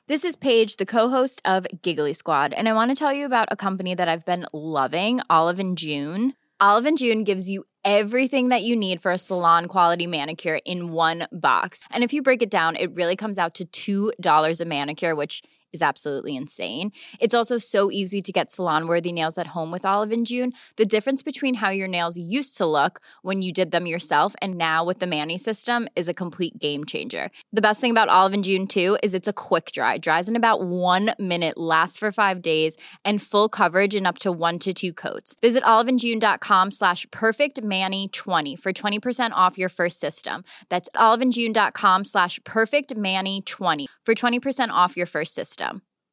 This is Paige, the co-host of Giggly Squad, and I want to tell you about a company that I've been loving, Olive & June. Olive & June gives you everything that you need for a salon-quality manicure in one box. And if you break it down, it really comes out to $2 a manicure, which is absolutely insane. It's also so easy to get salon-worthy nails at home with Olive & June. The difference between how your nails used to look when you did them yourself and now with the Mani system is a complete game changer. The best thing about Olive & June, too, is it's a quick dry. Dries in about 1 minute, lasts for 5 days, and full coverage in up to 1 to 2 coats. Visit oliveandjune.com/perfectmani20 for 20% off your first system. That's oliveandjune.com/perfectmani20 for 20% off your first system.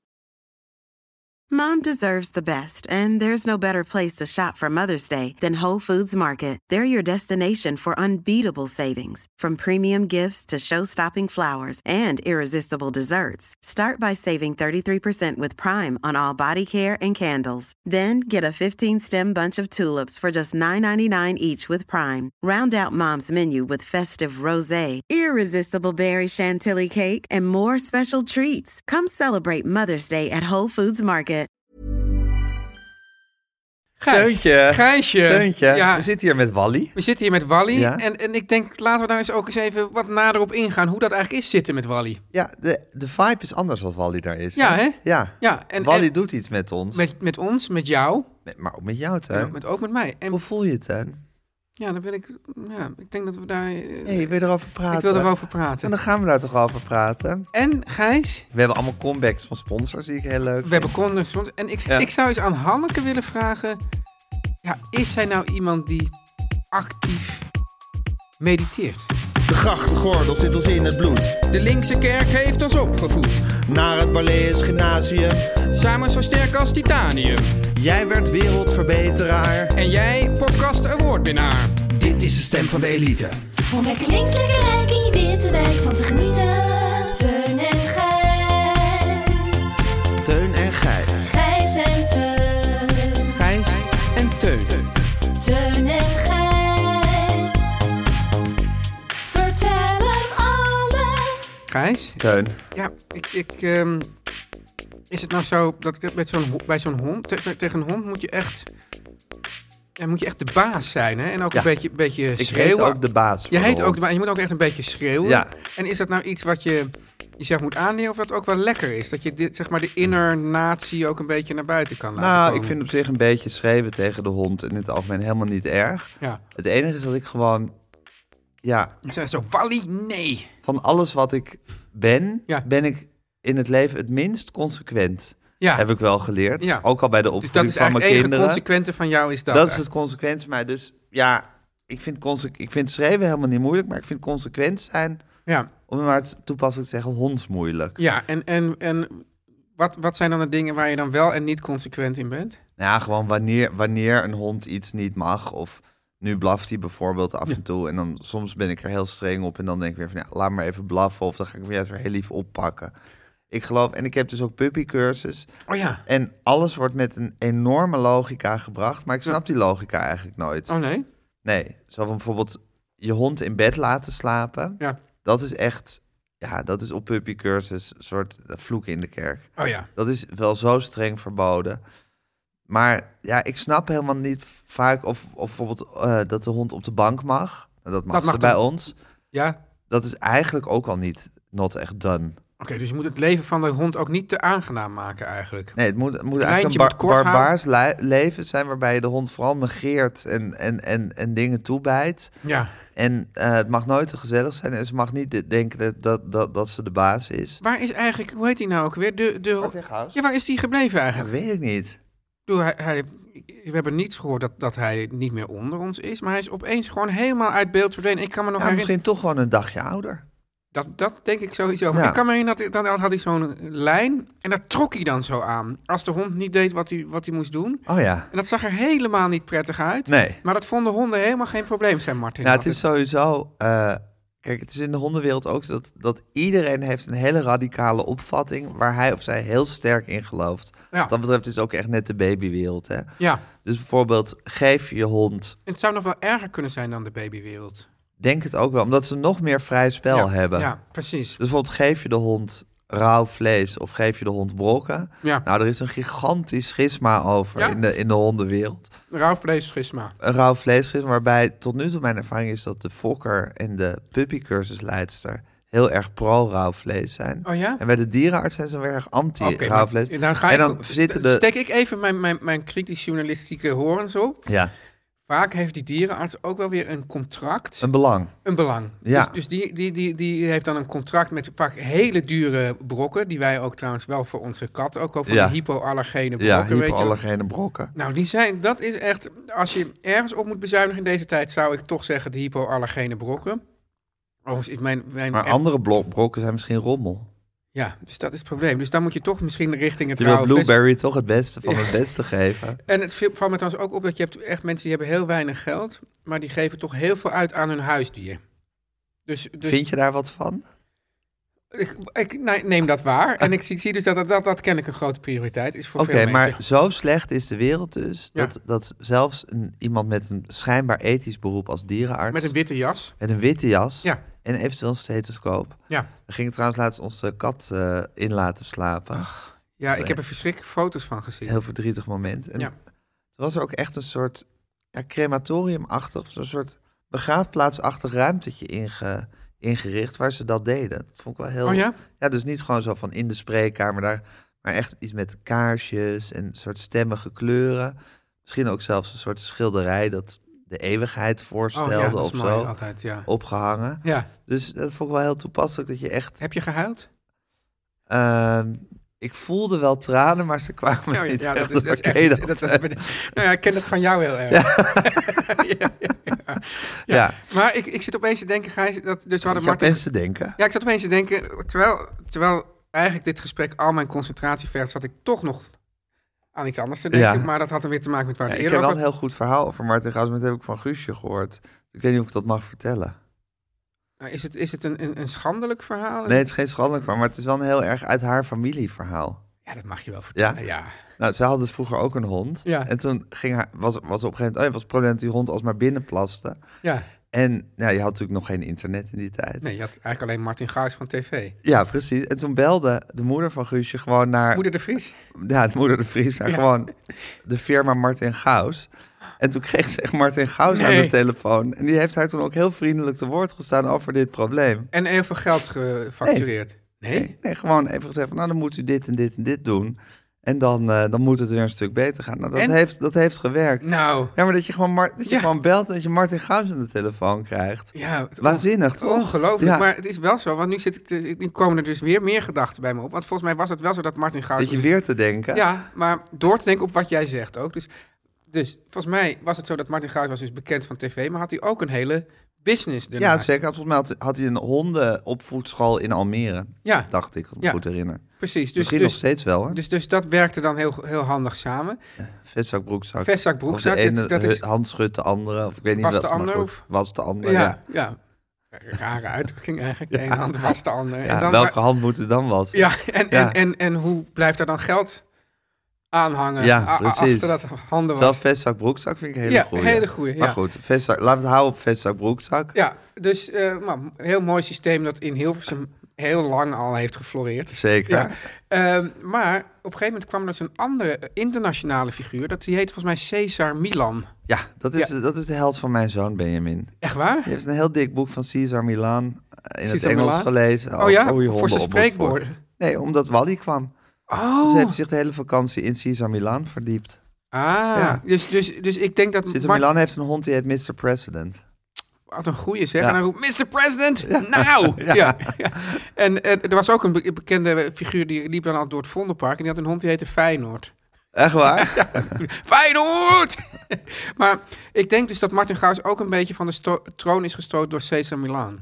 Mom deserves the best, and there's no better place to shop for Mother's Day than Whole Foods Market. They're your destination for unbeatable savings, from premium gifts to show-stopping flowers and irresistible desserts. Start by saving 33% with Prime on all body care and candles. Then get a 15-stem bunch of tulips for just $9.99 each with Prime. Round out Mom's menu with festive rosé, irresistible berry chantilly cake, and more special treats. Come celebrate Mother's Day at Whole Foods Market. Gijsje. Ja. We zitten hier met Wally. Ja. En ik denk, laten we daar eens ook eens even wat nader op ingaan. Hoe dat eigenlijk is zitten met Wally. Ja, de vibe is anders als Wally daar is. Ja, hè? Ja. Wally doet iets met ons. Met ons, met jou. Maar ook met jou, Teun. Ook met mij. En hoe voel je het, Teun? Ja, dan wil ik... Ja, ik denk dat we daar... Nee, wil je erover praten? Ik wil erover praten. En dan gaan we daar toch over praten. En, Gijs... We hebben allemaal comebacks van sponsors die ik heel leuk vind. We hebben comebacks van sponsors. En ik zou eens aan Hanneke willen vragen... Ja, is zij nou iemand die actief mediteert? De grachtgordel zit ons in het bloed. De linkse kerk heeft ons opgevoed. Naar het Barlees Gymnasium. Samen zo sterk als titanium. Jij werd wereldverbeteraar. En jij podcast awardwinnaar. Dit is de stem van de elite. Om lekker links, lekker rijk in je witte wijk van te genieten. Teun en Gijs. Teun en Gijs. Gijs en Teun. Gijs en Teun. Teun en Gijs. Vertel hem alles. Gijs? Teun. Ja, is het nou zo dat bij zo'n hond, tegen een hond moet je echt de baas zijn, hè? En ook een beetje schreeuwen. Ik heet ook de baas. Je heet ook de baas. Je moet ook echt een beetje schreeuwen. Ja. En is dat nou iets wat je jezelf moet aanleren of dat ook wel lekker is? Dat je dit, zeg maar, de inner natie ook een beetje naar buiten kan laten komen? Ik vind op zich een beetje schreeuwen tegen de hond in het algemeen helemaal niet erg. Ja. Het enige is dat ik gewoon... Ja. Je zegt zo, Wally, nee. Van alles wat ik ben, ben ik in het leven het minst consequent. Ja. Heb ik wel geleerd. Ja. Ook al bij de opvoeding van mijn kinderen. Dus dat is eigenlijk het enige consequente van jou is dat? Dat is het consequent van mij. Dus ja, ik vind schreeuwen helemaal niet moeilijk, maar ik vind consequent zijn, om het maar toepasselijk te zeggen, hondsmoeilijk. Ja, en wat zijn dan de dingen waar je dan wel en niet consequent in bent? Nou ja, gewoon wanneer een hond iets niet mag, of nu blaft hij bijvoorbeeld af en toe, en dan soms ben ik er heel streng op en dan denk ik weer van, laat maar even blaffen, of dan ga ik hem juist weer heel lief oppakken. Ik geloof, en ik heb dus ook puppycursus. Oh ja. En alles wordt met een enorme logica gebracht, maar ik snap die logica eigenlijk nooit. Oh nee? Nee, zo van bijvoorbeeld je hond in bed laten slapen. Ja. Dat is echt, dat is op puppycursus een soort vloek in de kerk. Oh ja. Dat is wel zo streng verboden. Maar ja, ik snap helemaal niet vaak of bijvoorbeeld dat de hond op de bank mag. Dat mag bij ons. Ja. Dat is eigenlijk ook al not echt done. Oké, dus je moet het leven van de hond ook niet te aangenaam maken eigenlijk. Nee, het moet eigenlijk een barbaars leven zijn waarbij je de hond vooral negeert en dingen toebijt. Ja. En het mag nooit te gezellig zijn en ze mag niet denken dat ze de baas is. Waar is eigenlijk, hoe heet hij nou ook weer? Ja, waar is die gebleven eigenlijk? Dat weet ik niet. We hebben niets gehoord dat hij niet meer onder ons is, maar hij is opeens gewoon helemaal uit beeld verdwenen. Ik kan me nog herinneren... Misschien toch gewoon een dagje ouder. Dat denk ik sowieso. Maar ik kan me herinneren, dan had hij zo'n lijn en dat trok hij dan zo aan. Als de hond niet deed wat hij moest doen. Oh ja. En dat zag er helemaal niet prettig uit. Nee. Maar dat vonden honden helemaal geen probleem, zei Martin. Nou, het is sowieso... kijk, het is in de hondenwereld ook zo dat iedereen heeft een hele radicale opvatting waar hij of zij heel sterk in gelooft. Ja. Wat dat betreft is het ook echt net de babywereld, hè? Ja. Dus bijvoorbeeld, geef je hond... En het zou nog wel erger kunnen zijn dan de babywereld. Denk het ook wel, omdat ze nog meer vrij spel hebben. Ja, precies. Dus bijvoorbeeld geef je de hond rauw vlees of geef je de hond brokken? Ja. Nou, er is een gigantisch schisma over Ja? in de hondenwereld. Rauw vleesschisma. Een rauw vleesschisma waarbij tot nu toe mijn ervaring is dat de fokker en de puppycursusleidster heel erg pro-rauw vlees zijn. Oh ja? En bij de dierenarts zijn ze weer erg anti-rauw vlees. Dan ga En ik, dan zitten de... steek ik even mijn kritisch journalistieke horens op. Ja, Vaak heeft die dierenarts ook wel weer een contract, een belang. een belang. Ja. Dus die heeft dan een contract met vaak hele dure brokken, die wij ook trouwens wel voor onze kat ook over Ja. de hypoallergene brokken, Ja, weet je. hypoallergene brokken. Nou, dat is echt, als je ergens op moet bezuinigen in deze tijd, zou ik toch zeggen de hypoallergene brokken. Overigens is mijn Maar echt- andere brokken zijn misschien rommel. Ja, dus dat is het probleem. Dus dan moet je toch misschien richting het Je wil rauwe vlees. Blueberry toch het beste van het beste geven. En het valt me trouwens ook op dat je hebt echt mensen die hebben heel weinig geld, maar die geven toch heel veel uit aan hun huisdier. Dus Vind je daar wat van? ik neem dat waar. En ik zie dus dat kennelijk een grote prioriteit is voor Oké, veel mensen. maar zo slecht is de wereld dus, Ja. dat zelfs iemand met een schijnbaar ethisch beroep als dierenarts, Met een witte jas. met een witte jas Ja. en eventueel een stethoscoop. Ja, We gingen trouwens laatst onze kat in laten slapen. ja Zo, ik heb er verschrikkelijke foto's van gezien. Heel verdrietig moment. En Ja. toen was er ook echt een soort crematoriumachtig, of zo'n soort begraafplaatsachtig ruimtetje ingericht waar ze dat deden. Dat vond ik wel heel... Oh ja? Ja, dus niet gewoon zo van in de spreekkamer daar, maar echt iets met kaarsjes en een soort stemmige kleuren. Misschien ook zelfs een soort schilderij dat de eeuwigheid voorstelde Oh ja, dat is of mooi zo, altijd, ja. opgehangen. Ja. Dus dat vond ik wel heel toepasselijk dat je echt... Heb je gehuild? Ik voelde wel tranen, maar ze kwamen Ja, niet ja, echt dat is door. echt Ken je iets- dat? dat is- nou ja, ik ken dat van jou heel erg. Ja. Maar ik zit opeens te denken, Gijs, dus we hadden Ik heb Martin... mensen denken. Ja, ik zat opeens te denken, terwijl eigenlijk dit gesprek al mijn concentratie vergt, zat ik toch nog aan iets anders te denken. Ja. Maar dat had er weer te maken met waar Ja, het ik heb eerder wel een over... heel goed verhaal over Martin Gauws, maar dat heb ik van Guusje gehoord. Ik weet niet of ik dat mag vertellen. Is het een schandelijk verhaal? Nee, het is geen schandelijk verhaal, maar het is wel een heel erg uit haar familieverhaal. Ja, dat mag je wel vertellen. Ja. Nou, zij had dus vroeger ook een hond. Ja. En toen was op een gegeven moment... was het probleem dat die hond alsmaar binnenplaste. Ja. En nou, je had natuurlijk nog geen internet in die tijd. Nee, je had eigenlijk alleen Martin Gauws van tv. Ja, precies. En toen belde de moeder van Guusje gewoon naar... Moeder de Vries? Ja, de moeder de Vries. Naar Ja. gewoon de firma Martin Gauws. En toen kreeg ze echt Martin Gauws aan Nee. de telefoon. En die heeft haar toen ook heel vriendelijk te woord gestaan over dit probleem. En heel veel geld gefactureerd. Nee? Nee, gewoon even gezegd van, nou, dan moet u dit en dit en dit doen. En dan moet het weer een stuk beter gaan. Nou, dat heeft gewerkt. Nou, Ja, maar dat je gewoon, Ja. gewoon belt en dat je Martin Gauws aan de telefoon krijgt. ja. Waanzinnig, toch? Ongelooflijk, Ja. maar het is wel zo. Want nu komen er dus weer meer gedachten bij me op. Want volgens mij was het wel zo dat Martin Gauws... Dat je weer te denken. Ja, maar door te denken op wat jij zegt ook. Dus volgens mij was het zo dat Martin Gauws was dus bekend van tv, maar had hij ook een hele business Ja, ernaast. zeker. Volgens mij had hij een hondenopvoedschool in Almere. Ja, Dacht ik, om me Ja. goed te herinneren. precies. Dus, Misschien nog dus, steeds wel, hoor. dus dat werkte dan heel handig samen. Vestzak, broekzak. Vestzak, Of broekzak, de ene dat is... hand schudt de andere. Of ik weet niet Was wat, de maar ander, goed. of- Was de andere, ja. Ja. Rare uitdrukking eigenlijk. De ene hand was de andere. Ja, dan, welke hand moet het dan wassen? Ja, Ja. En hoe blijft er dan geld aanhangen Ja, precies. achter dat handen Terwijl was? vestzak, broekzak vind ik een hele Ja, goeie. hele goeie, Maar ja. goed, vestzak, laten we het houden op vestzak, broekzak. Ja, dus maar, een heel mooi systeem dat in Hilversum heel lang al heeft gefloreerd. Zeker. Ja. Maar op een gegeven moment kwam er dus een andere internationale figuur. Die heet volgens mij Cesar Milan. Ja, dat is de held van mijn zoon Benjamin. Echt waar? Die heeft een heel dik boek van Cesar Milan in het Cesar Engels Milan? gelezen. Oh ja, hoe je voor honden zijn op moet spreekwoorden. voeren. Nee, omdat Wally kwam. Dus Oh, hij heeft zich de hele vakantie in Cesar Milan verdiept. ja. Dus ik denk dat Cesar Milan heeft een hond die heet Mr. President. Wat een goeie zeg. Ja. En hij roept, Mr. President, nou! Ja. En er was ook een bekende figuur die liep dan al door het Vondelpark. En die had een hond die heette Feyenoord. Echt waar? Feyenoord! Maar ik denk dus dat Martin Gauws ook een beetje van de troon is gestoten door Cesar Milan.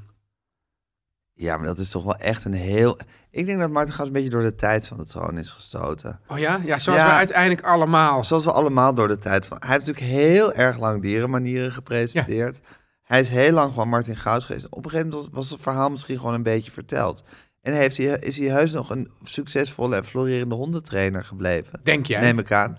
Ja, maar dat is toch wel echt een heel... Ik denk dat Martin Gauws een beetje door de tijd van de troon is gestoten. Oh ja? Ja, zoals Ja. we uiteindelijk allemaal. Zoals we allemaal door de tijd van... Hij heeft natuurlijk heel erg lang dierenmanieren gepresenteerd. Hij is heel lang gewoon Martin Gauws geweest. Op een gegeven moment was het verhaal misschien gewoon een beetje verteld. En is hij heus nog een succesvolle en florerende hondentrainer gebleven. Denk jij? Neem ik aan. Ja.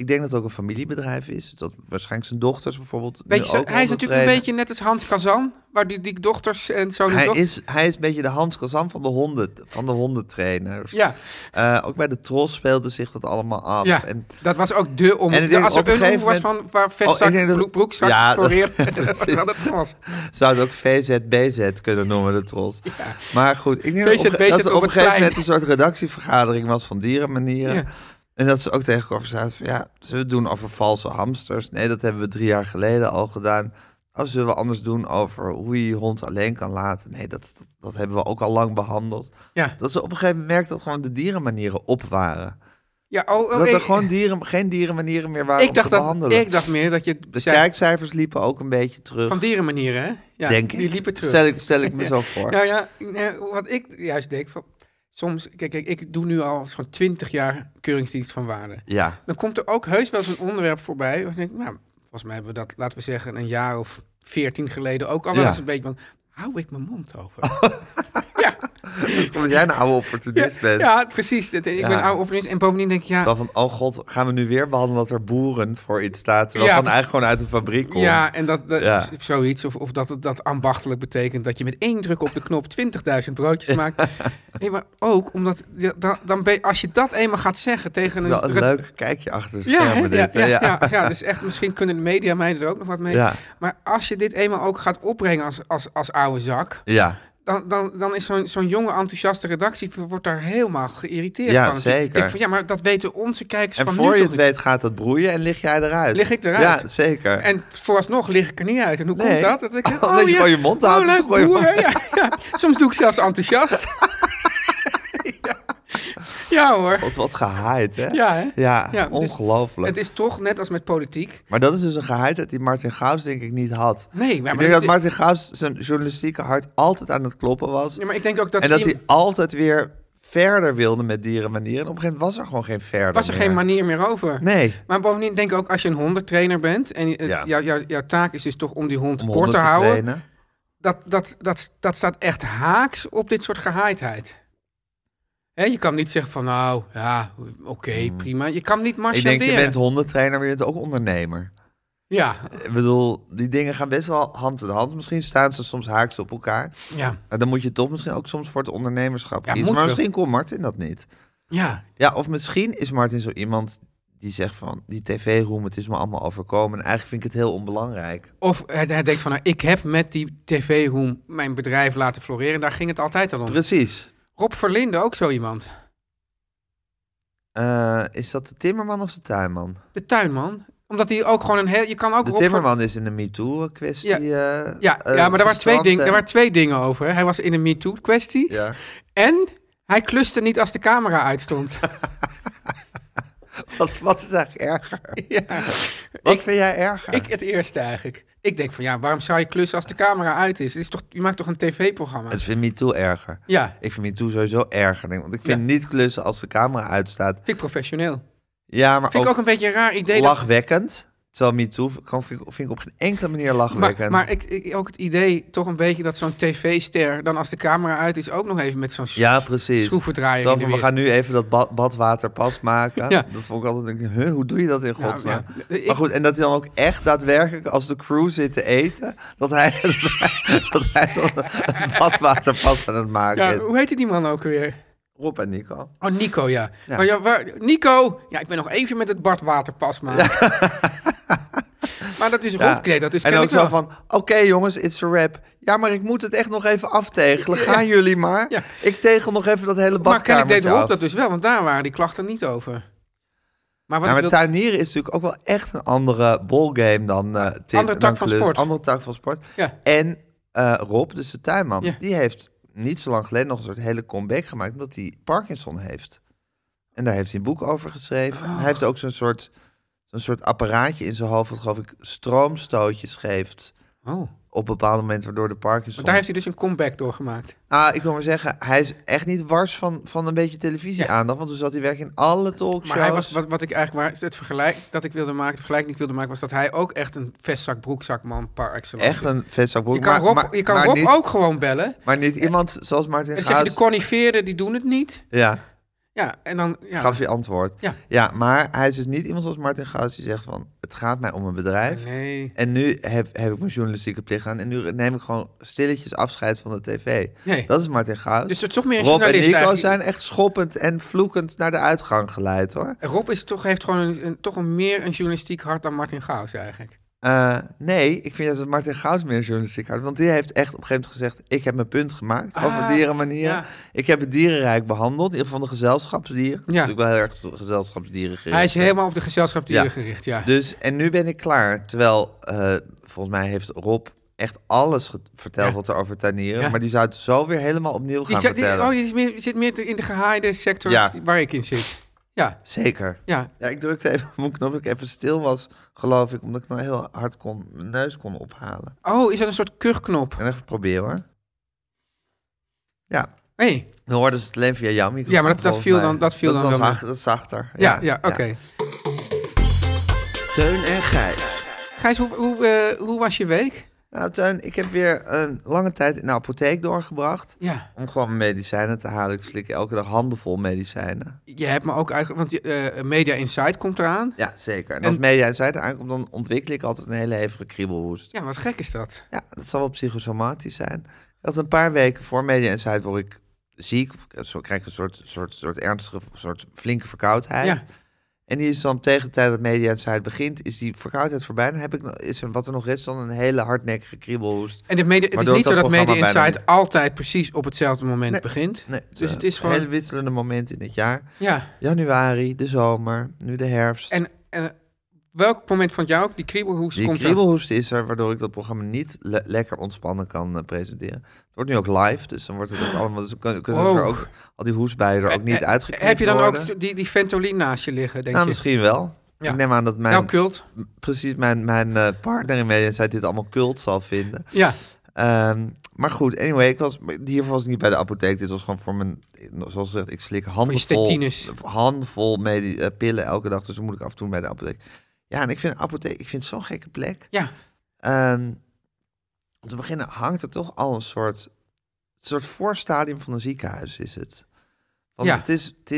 Ik denk dat het ook een familiebedrijf is. Dat waarschijnlijk zijn dochters bijvoorbeeld. Weet nu je, ook hij is natuurlijk een trainen. beetje net als Hans Kazan, waar die dochters en zo. Hij is een beetje de Hans Kazan van de hondentrainers. Ja. Ook bij de Tros speelde zich dat allemaal af. Ja, En, dat was ook En ik denk als op er een een gegeven was moment- van waar vestzak, ik denk dat- broekzak Ja, dat- floreert, dat was wel het was. zou het ook VZBZ kunnen noemen, de Tros. Ja. Maar goed, ik denk VZBZ dat er op op een het gegeven plein. moment een soort redactievergadering was van dierenmanieren. Ja. En dat ze ook tegen elkaar zaten van, ja, zullen we het doen over valse hamsters? Nee, dat hebben we 3 jaar geleden al gedaan. Oh, zullen we anders doen over hoe je je hond alleen kan laten? Nee, dat hebben we ook al lang behandeld. Ja. Dat ze op een gegeven moment merkten dat gewoon de dierenmanieren op waren. Ja, Dat er gewoon geen dierenmanieren meer waren om te behandelen. ik dacht meer dat je De zei kijkcijfers liepen ook een beetje terug, van dierenmanieren, hè? Ja, denk die ik. liepen terug. Stel ik me zo voor. Nou ja, wat ik juist denk, van, soms, kijk, ik doe nu al zo'n 20 jaar keuringsdienst van waarde. Ja. Dan komt er ook heus wel zo'n onderwerp voorbij. Waar ik denk, nou, volgens mij hebben we dat, laten we zeggen, een jaar of 14 geleden ook al wel Ja. eens een beetje van, hou ik mijn mond over? Ja. Omdat jij een oude opportunist bent. Ja, precies. Ik Ja. ben oude opportunist en bovendien denk ik, ja, Dan van, oh god, gaan we nu weer behandelen dat er boeren voor iets staat, terwijl Ja, het dan precies. eigenlijk gewoon uit een fabriek komt. ja, en dat Ja. zoiets, of dat dat ambachtelijk betekent dat je met 1 druk op de knop 20.000 broodjes maakt. Nee, maar ook omdat, als je dat eenmaal gaat zeggen tegen Het is wel een een leuk kijkje achter de Ja, schermen. hè? dit, hè? ja, dus echt, misschien kunnen de media mij er ook nog wat mee. Ja. Maar als je dit eenmaal ook gaat opbrengen als oude zak, Ja. dan is zo'n jonge, enthousiaste redactie wordt daar helemaal geïrriteerd Ja, van. zeker. Ik denk van, ja, maar dat weten onze kijkers En van voor nu je toch het niet. weet gaat het broeien en lig jij eruit. Lig ik eruit. Ja, zeker. En vooralsnog lig ik er niet uit. En hoe Nee. komt dat? Dat ik zeg, Omdat je gewoon je mond houdt, leuk, dan gooi je boeren. Ja. Soms doe ik zelfs enthousiast. Ja hoor. God, wat gehaaid, hè? Ja, hè? Ja, Ja, dus ongelooflijk. Het is toch net als met politiek. Maar dat is dus een geheidheid die Martin Gauws denk ik niet had. Nee, maar Ik denk dat Martin Gauws zijn journalistieke hart altijd aan het kloppen was. Ja, maar ik denk ook dat En dat hij altijd weer verder wilde met dierenmanieren. En op een gegeven moment was er gewoon geen verder was er meer. geen manier meer over. Nee, Maar bovendien denk ik ook als je een hondentrainer bent en Ja. jouw taak is dus toch om die hond om kort honden te te houden, trainen. dat staat echt haaks op dit soort gehaaidheid. Hè, je kan niet zeggen van nou, ja, oké, prima. Je kan niet Ik denk, marchanderen. je bent hondentrainer, maar je bent ook ondernemer. Ja, Ik bedoel, die dingen gaan best wel hand in hand. Misschien staan ze soms haaks op elkaar. ja, Maar dan moet je toch misschien ook soms voor het ondernemerschap Ja, kiezen. moet Maar wel. misschien kon Martin dat niet. ja. Ja, of misschien is Martin zo iemand die zegt van, die tv-room, het is me allemaal overkomen. En eigenlijk vind ik het heel onbelangrijk. Of hij denkt van nou, ik heb met die tv-room mijn bedrijf laten floreren. Daar ging het altijd al om. Precies. Rob Verlinde, ook zo iemand. Is dat de timmerman of de tuinman? De tuinman. Omdat hij ook gewoon een heel... Je kan ook De Rob timmerman is in de MeToo-kwestie. Ja, maar er waren twee dingen over. Hè. Hij was in een MeToo-kwestie. Ja. En hij kluste niet als de camera uitstond. Wat is eigenlijk erger? Ja. Wat vind jij erger? Ik het eerste eigenlijk. Ik denk van ja, waarom zou je klussen als de camera uit is? Het is toch, je maakt toch een tv-programma? Het vindt MeToo erger. Ja, Ik vind MeToo sowieso erger. Want ik vind niet klussen als de camera uitstaat. vind ik professioneel. Ja, maar Vind ik ook een beetje een raar idee. lachwekkend. Terwijl MeToo vind ik op geen enkele manier lachwekkend. Maar ik ook het idee toch een beetje dat zo'n tv-ster dan als de camera uit is ook nog even met zo'n ja, precies. schroevendraaier Zo in de van, we weer. gaan nu even dat badwater pas maken. Ja. Dat vond ik altijd, denk ik, hoe doe je dat in Ja, godsnaam? ja. Maar goed, en dat hij dan ook echt daadwerkelijk, als de crew zit te eten, dat hij dan een badwater pas aan het maken Ja, is. hoe heette die man ook weer? Rob en Nico. Oh, Nico, ja. Ja. Maar ja, Nico! Ja, ik ben nog even met het badwater pas maken. Maar dat is Ja. Rob, dat is En ook kennelijk zo wel. van, oké jongens, it's a wrap. Ja, maar ik moet het echt nog even aftegelen. Gaan jullie maar. Ja. Ik tegel nog even dat hele Maar kennelijk badkamertje deed Rob af. dat dus wel, want daar waren die klachten niet over. Maar wat Ja, ik maar wil- tuinieren is natuurlijk ook wel echt een andere ballgame dan Andere tak van sport. Andere tak van sport. Ja. En Rob, dus de tuinman, Ja. die heeft niet zo lang geleden nog een soort hele comeback gemaakt, omdat hij Parkinson heeft. En daar heeft hij een boek over geschreven. Oh. Hij heeft ook zo'n soort apparaatje in zijn hoofd, wat geloof ik stroomstootjes geeft Oh. op bepaalde momenten, waardoor de Parkinson... Maar daar heeft hij dus een comeback doorgemaakt. Nou, ik wil maar zeggen, hij is echt niet wars van een beetje televisie-aandacht, want toen zat hij werk in alle talkshows. Maar hij was, wat ik eigenlijk het vergelijking die ik wilde maken, was dat hij ook echt een vestzak broekzakman par excellence Echt is. een vestzakbroek. Je kan Rob, maar Rob niet, ook gewoon bellen. Maar niet iemand zoals Martin En zeggen, de Gauws. coniferen, die doen het niet. Ja, Ja, en dan... Ja, Gaf hij antwoord. Ja. Maar hij is dus niet iemand zoals Martin Gauws die zegt van... het gaat mij om een bedrijf. Nee. En nu heb ik mijn journalistieke plicht aan. En nu neem ik gewoon stilletjes afscheid van de tv. Nee. Dat is Martin Gauws. Dus het is toch meer een Rob en journalist Nico eigenlijk. zijn echt schoppend en vloekend naar de uitgang geleid, hoor. Rob heeft gewoon toch meer een journalistiek hart dan Martin Gauws eigenlijk. Nee, ik vind juist dat Martin Gauws meer journalistiek hart. Want die heeft echt op een gegeven moment gezegd... ik heb mijn punt gemaakt over dierenmanieren. Ja. Ik heb het dierenrijk behandeld. In ieder geval de gezelschapsdieren. Dat is natuurlijk wel heel erg gezelschapsdieren gericht. Hij is helemaal op de gezelschapsdieren Ja. gericht, ja. Dus, en nu ben ik klaar. Terwijl, volgens mij heeft Rob echt alles verteld Ja. wat er over tuinieren. Ja. Maar die zou het zo weer helemaal opnieuw gaan vertellen. Die zit meer in de gehaaide sector Ja. waar ik in zit. Ja, Zeker. ja. Ja, ik drukte even op mijn knop. Ik even stil was, geloof ik. Omdat ik nou heel hard mijn neus kon ophalen. Oh, is dat een soort kuchknop? En even proberen, hoor. Ja. Hey. Dan hoorden ze het alleen via jouw microfoon. Ja, maar dat volgens viel mij. dan wel mee. Dat is zachter. Ja, oké. Teun en Gijs. Gijs, hoe was je week? Nou, Teun, ik heb weer een lange tijd in de apotheek doorgebracht. Ja. Om gewoon mijn medicijnen te halen. Ik slik elke dag handenvol medicijnen. Je hebt me ook eigenlijk... Want Media Insight komt eraan. Ja, zeker. En En- als Media Insight aankomt, dan ontwikkel ik altijd een hele hevige kriebelhoest. Ja, wat gek is dat? Ja, dat zal wel psychosomatisch zijn. Ik had een paar weken voor Media Insight word ik ziek. Of zo krijg ik een soort ernstige, soort flinke verkoudheid. Ja. En die is dan tegen de tijd dat Media Insight begint, is die verkoudheid voorbij. Dan is er wat er nog is dan een hele hardnekkige kriebelhoest. En het is Waardoor niet zo dat dat Media programma bijna Insight altijd precies op hetzelfde moment Nee. begint. Nee, Dus het is gewoon... hele wisselende momenten in het jaar. Ja. Januari, de zomer, nu de herfst. En welk moment vond jij ook? Die kriebelhoest die komt kriebelhoest is er, waardoor ik dat programma niet lekker ontspannen kan presenteren. Het wordt nu ook live, dus dan wordt het ook allemaal... Dus dan kunnen Wow. er ook, al die hoestbuien er ook niet uitgeknipt Heb je dan worden. ook die Ventolin naast je liggen, denk Nou, je? misschien wel. Ja. Ik neem aan dat Nou, cult. mijn partner in Media Insight dit allemaal cult zal vinden. Ja. Maar goed, anyway, hiervoor was ik niet bij de apotheek. Dit was gewoon voor mijn, zoals gezegd, ik slik statines. handvol pillen elke dag. Dus dan moet ik af en toe bij de apotheek. Ja, en ik vind ik vind het zo'n gekke plek. Ja. Om te beginnen hangt er toch al een soort voorstadium van een ziekenhuis is het. Want Ja. het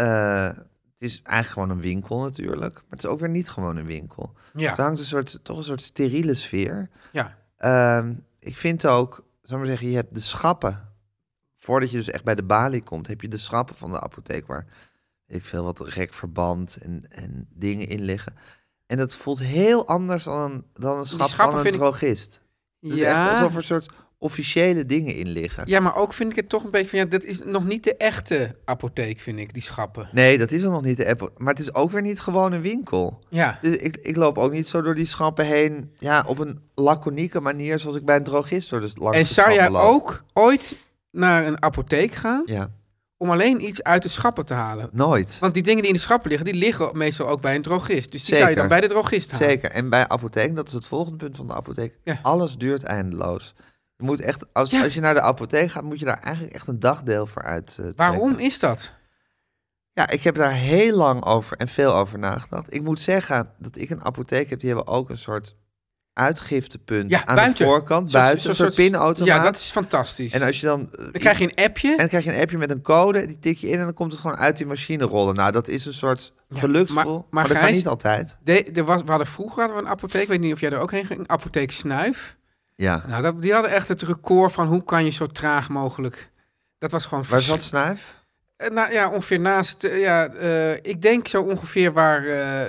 is eigenlijk gewoon een winkel natuurlijk. Maar het is ook weer niet gewoon een winkel. Ja. Er hangt toch een soort steriele sfeer. Ja. Ik vind ook, zal ik maar zeggen, je hebt de schappen. Voordat je dus echt bij de balie komt, heb je de schappen van de apotheek waar ik veel wat rekverband en dingen in liggen. En dat voelt heel anders dan een schap schappen van een vind ik- drogist. Het is echt alsof er een soort officiële dingen in liggen. Ja, maar ook vind ik het toch een beetje van... Ja, dat is nog niet de echte apotheek, vind ik, die schappen. Nee, dat is ook nog niet de app. Maar het is ook weer niet gewoon een winkel. Ja. Dus ik loop ook niet zo door die schappen heen, ja, op een laconieke manier zoals ik bij een drogist door de langs En de zou jij schappen loop. ook ooit naar een apotheek gaan Ja, om alleen iets uit de schappen te halen? nooit. Want die dingen die in de schappen liggen, die liggen meestal ook bij een drogist. Dus die Zeker. zou je dan bij de drogist halen. Zeker. En bij apotheek, dat is het volgende punt van de apotheek, Ja. alles duurt eindeloos. Je moet echt, Ja. als je naar de apotheek gaat, moet je daar eigenlijk echt een dagdeel voor uit Waarom is dat? Ja, ik heb daar heel lang over en veel over nagedacht. Ik moet zeggen dat ik een apotheek heb, die hebben ook een soort uitgiftepunt Ja, aan buiten. de voorkant. Zo'n Buiten, een soort pinautomaat. Ja, dat is fantastisch. En als je dan... Dan krijg je een appje. En dan krijg je een appje met een code, die tik je in en dan komt het gewoon uit die machine rollen. Nou, dat is een soort Ja, geluksgevoel, maar dat kan Gijs, niet altijd. we hadden vroeger een apotheek, ik weet niet of jij er ook heen ging, een apotheek Snuif. Ja. Nou, die hadden echt het record van hoe kan je zo traag mogelijk... Dat was gewoon... Waar zat Snuif? Nou ja, ongeveer naast... ik denk zo ongeveer waar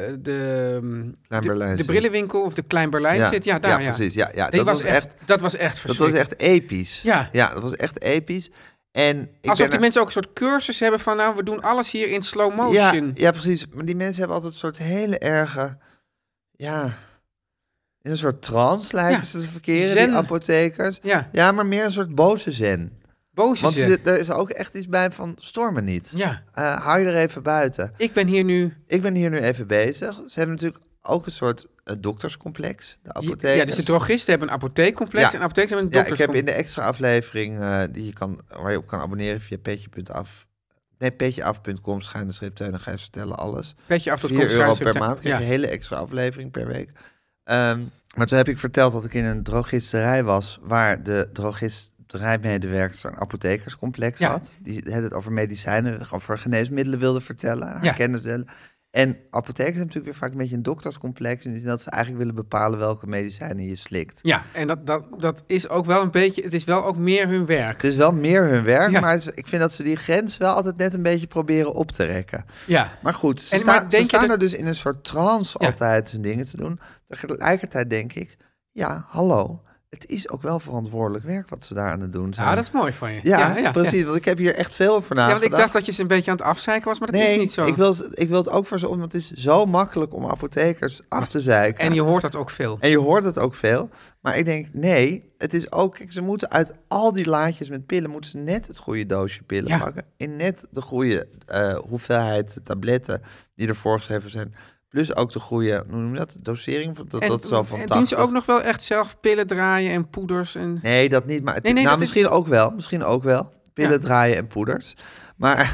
Klein Berlijn de zit. brillenwinkel of de Klein Berlijn zit. Ja, daar, ja. precies. Ja, Dat was echt dat was verschrikkelijk. echt episch. Ja. Ja, dat was echt episch. En ik Alsof ben die er- mensen ook een soort cursus hebben van... Nou, we doen alles hier in slow Ja, motion. ja, precies. Maar die mensen hebben altijd een soort hele erge... Ja, in een soort trance lijken Ja, ze te verkeren, zen. die apothekers. Ja, Ja, maar meer een soort boze zen. boos Want is het. er is ook echt iets bij van, storm me niet. Ja, Hou je er even buiten. ik ben hier nu... Ik ben hier nu even bezig. Ze hebben natuurlijk ook een soort dokterscomplex, de apothekers. Ja, dus de drogisten hebben een apotheekcomplex Ja. en apothekers hebben een Ja, ik heb dokterscomplex. in de extra aflevering waar je op kan abonneren via petjeaf.com /Teun en Gijs vertellen alles. Petje af tot €4 per maand krijg je Ja. een hele extra aflevering per week. Maar toen heb ik verteld dat ik in een drogisterij was waar de drogist de rijmedewerkster een apothekerscomplex Ja. had. Die het over medicijnen, over geneesmiddelen wilde vertellen. Haar Ja. kennis delen. En apothekers hebben natuurlijk weer vaak een beetje een dokterscomplex. In die zin dat ze eigenlijk willen bepalen welke medicijnen je slikt. Ja, en dat is ook wel een beetje... Het is wel ook meer hun werk. Het is wel meer hun werk, Ja. maar ik vind dat ze die grens wel altijd net een beetje proberen op te rekken. Ja. Maar goed, ze, En maar denk je staan dat- er dus in een soort trance Ja. altijd hun dingen te doen. Tegelijkertijd denk ik, ja, hallo, het is ook wel verantwoordelijk werk wat ze daar aan het doen zijn. Ja, dat is mooi van je. Ja, precies, want ik heb hier echt veel over Ja, nagedacht. want ik dacht dat je ze een beetje aan het afzeiken was, maar dat nee, is niet zo. ik wil het ook voor ze op, want het is zo makkelijk om apothekers af te zeiken. En je hoort dat ook veel. En je hoort het ook veel. Maar ik denk, nee, het is ook... Kijk, ze moeten uit al die laadjes met pillen... moeten ze net het goede doosje pillen Ja. pakken. En net de goede hoeveelheid tabletten die er voorgeschreven zijn. Plus ook de goede, hoe noem je dat? Dosering? Dat is zo van en 80. doen ze ook nog wel echt zelf pillen draaien en poeders? En... Nee, dat niet. Maar Nee, nou, dat is- misschien ook wel. Misschien ook wel. Pillen Ja. draaien en poeders. Maar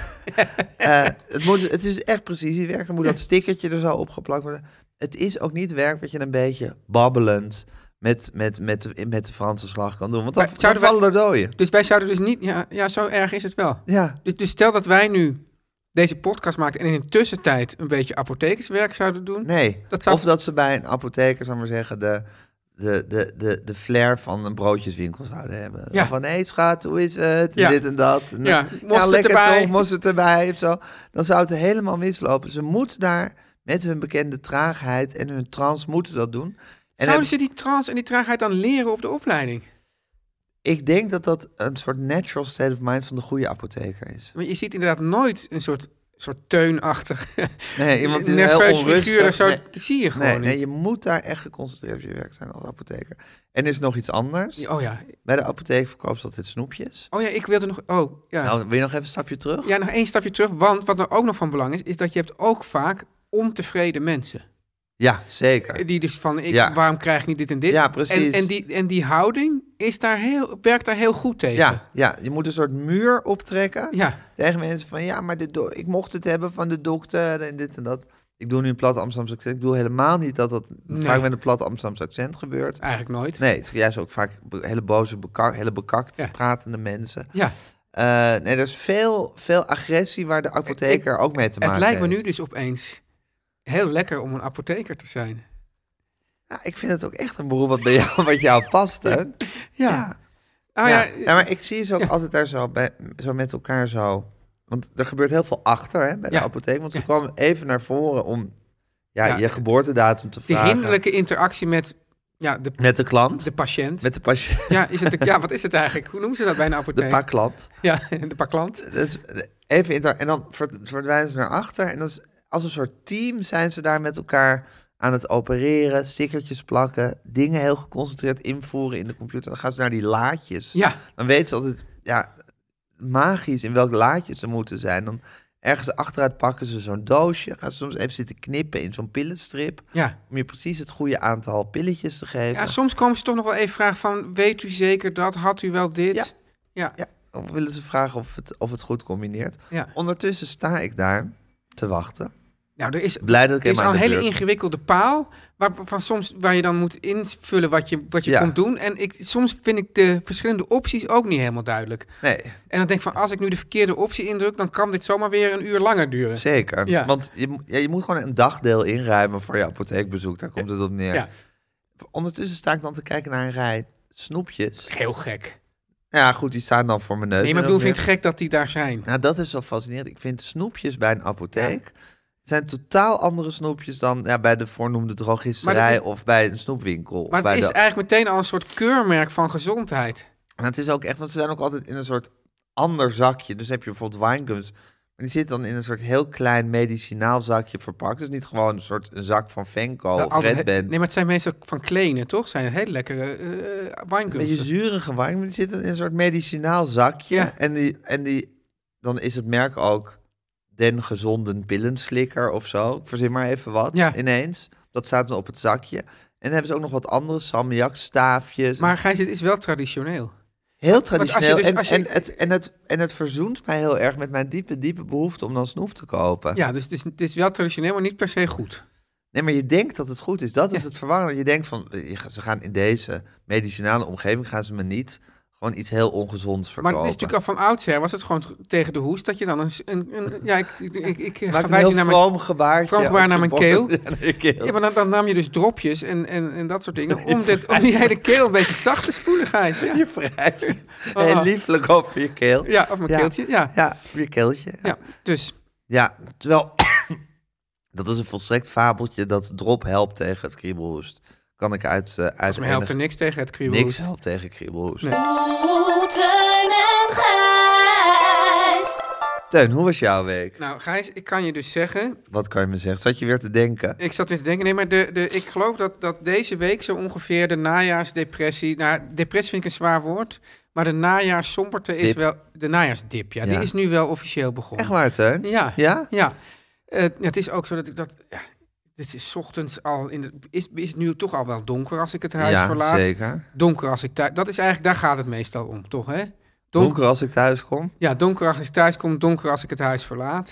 het is echt precisiewerk. Dan moet dat stickertje er zo opgeplakt worden. Het is ook niet werk wat je een beetje babbelend met de Franse slag kan doen. Want dan, Maar zouden dan vallen er doden. Dus wij zouden dus niet... Ja, zo erg is het wel. Ja, Dus stel dat wij nu deze podcast maken en in de tussentijd een beetje apothekerswerk zouden doen. nee. Dat zou- Of dat ze bij een apotheker, zou maar zeggen, de flair van een broodjeswinkel zouden hebben. Ja. Van, hé schat, hoe is het? En Ja. dit en dat. En, Ja, mosterd lekker erbij. toch, mosterd erbij of zo. Dan zou het helemaal mislopen. Ze moeten daar met hun bekende traagheid en hun trance moeten ze dat doen. En Zouden ze die trance en die traagheid dan leren op de opleiding? ik denk dat dat een soort natural state of mind van de goede apotheker is. Want je ziet inderdaad nooit een soort teunachtig Nee, iemand die heel nerveus onrustig... figuur of zo. Nee. Dat zie je gewoon Nee, niet. nee, je moet daar echt geconcentreerd op je werk zijn als apotheker. En er is nog iets anders. Oh ja. Bij de apotheek verkoopt ze altijd snoepjes. Oh ja, ik wilde nog... Oh, ja. Nou, wil je nog even een stapje terug? Ja, nog één stapje terug. Want wat er ook nog van belang is dat je hebt ook vaak ontevreden mensen. Ja, zeker. Die dus van, Ja. waarom krijg ik niet dit en dit? Ja, precies. En die houding is werkt daar heel goed tegen. Ja, je moet een soort muur optrekken Ja. tegen mensen van... ja, maar ik mocht het hebben van de dokter en dit en dat. Ik doe nu een plat Amsterdamse accent. Ik bedoel helemaal niet dat Nee. vaak met een plat Amsterdamse accent gebeurt. Eigenlijk nooit. Nee, het is juist ook vaak hele boze, hele bekakt Ja. pratende mensen. Ja. Nee, er is veel agressie waar de apotheker ook mee te maken Het lijkt me nu heeft. dus opeens heel lekker om een apotheker te zijn. Ja, ik vind het ook echt een beroep wat jou past, hè? Ja. Oh ja. ja, Ja, maar ik zie ze ook ja. altijd daar zo met elkaar zo... Want er gebeurt heel veel achter hè, bij de Ja. apotheek. Want ze Ja. komen even naar voren om Ja. je geboortedatum te die vragen. hinderlijke interactie met Met de klant. de patiënt. Met de patiënt. Ja, wat is het eigenlijk? Hoe noemen ze dat bij een De apotheek? paklant. Ja, de paklant. Dus even en dan verdwijnen ze naar achter. En dan als een soort team zijn ze daar met elkaar aan het opereren. Stickertjes plakken. Dingen heel geconcentreerd invoeren in de computer. Dan gaan ze naar die laadjes. Ja, Dan weten ze altijd, magisch in welk laadje ze moeten zijn. Dan ergens achteruit pakken ze zo'n doosje. Gaan ze soms even zitten knippen in zo'n pillenstrip. ja. Om je precies het goede aantal pilletjes te geven. Ja, soms komen ze toch nog wel even vragen van, weet u zeker dat? Had u wel dit? Ja. Ja. Ja, of willen ze vragen of het goed combineert. Ja. Ondertussen sta ik daar te wachten. Nou, er is, Blij dat ik er is helemaal al aan een de hele beurt ingewikkelde paal waar je dan moet invullen wat je Ja. komt doen. En soms vind ik de verschillende opties ook niet helemaal duidelijk. Nee, En dan denk ik van, als ik nu de verkeerde optie indruk, dan kan dit zomaar weer een uur langer duren. zeker. Ja. Want je moet gewoon een dagdeel inruimen voor je apotheekbezoek. Daar komt het op neer. Ja, Ondertussen sta ik dan te kijken naar een rij snoepjes. heel gek. Ja, goed, die staan dan voor mijn neus. Nee, maar ik min bedoel, of vind meer. het gek dat die daar zijn. Nou, dat is zo fascinerend. Ik vind snoepjes bij een apotheek... zijn totaal andere snoepjes dan bij de voornoemde drogisterij... Maar dat is- of bij een snoepwinkel. Of Maar bij het is de... eigenlijk meteen al een soort keurmerk van gezondheid. En het is ook echt, want ze zijn ook altijd in een soort ander zakje. Dus heb je bijvoorbeeld winegums... maar die zit dan in een soort heel klein medicinaal zakje verpakt. Dus niet gewoon een zak van Venco of Altijd- Red Band. Nee, maar het zijn meestal van Klenen, toch? Zijn hele lekkere Een winegums. beetje zurige wijn, maar die zitten in een soort medicinaal zakje. Ja. En dan is het merk ook Den Gezonden Pillenslikker of zo. Ik verzin maar even wat Ja. ineens. Dat staat dan op het zakje. En dan hebben ze ook nog wat andere salmiakstaafjes. Maar Gijs, het is wel traditioneel. heel als je traditioneel. dus- als je- En het verzoent mij heel erg met mijn diepe behoefte om dan snoep te kopen. Ja, dus het is wel traditioneel, maar niet per se goed. Nee, maar je denkt dat het goed is. Dat is het verwarrende. Je denkt van, ze gaan in deze medicinale omgeving gaan ze me niet gewoon iets heel ongezonds Maar verkopen. het is natuurlijk al van oudsher, was het gewoon tegen de hoest dat je dan ja, ik Maak een verwijs heel je naar mijn vroom gebaartje. vroom gebaar op naar je mijn keel. borst. Ja, naar je keel. Ja, maar dan nam je dus dropjes en dat soort dingen om die hele keel een beetje zacht te spoelen, Gijs. Ja, Je wrijft Oh. heel lieflijk over je keel. ja of mijn keeltje. Ja. Ja, op je keeltje. Ja, dus Ja, terwijl... dat is een volstrekt fabeltje dat drop helpt tegen het kriebelhoest. Kan ik uit volgens mij helpt er niks tegen het kriebelhoest. niks helpt tegen kriebelhoest. Nee. Oeh, Teun en Gijs. Teun, hoe was jouw week? Nou, Gijs, ik kan je dus zeggen... Wat kan je me zeggen? Zat je weer te denken? Ik zat weer te denken, nee, maar ik geloof dat deze week zo ongeveer de najaarsdepressie... Nou, depressie vind ik een zwaar woord, maar de najaarssomberte is Dip. wel... De najaarsdip, ja, Ja. die is nu wel officieel begonnen. Echt waar, Teun? Ja, Ja? ja. Het is ook zo dat ik dat... Ja, dit is 's ochtends al... Is het nu toch al wel donker als ik het huis Ja, verlaat? zeker. Donker als ik thuis... Dat is eigenlijk, daar gaat het meestal om, toch, hè? Donker als ik thuis kom. Ja, donker als ik thuis kom, donker als ik het huis verlaat.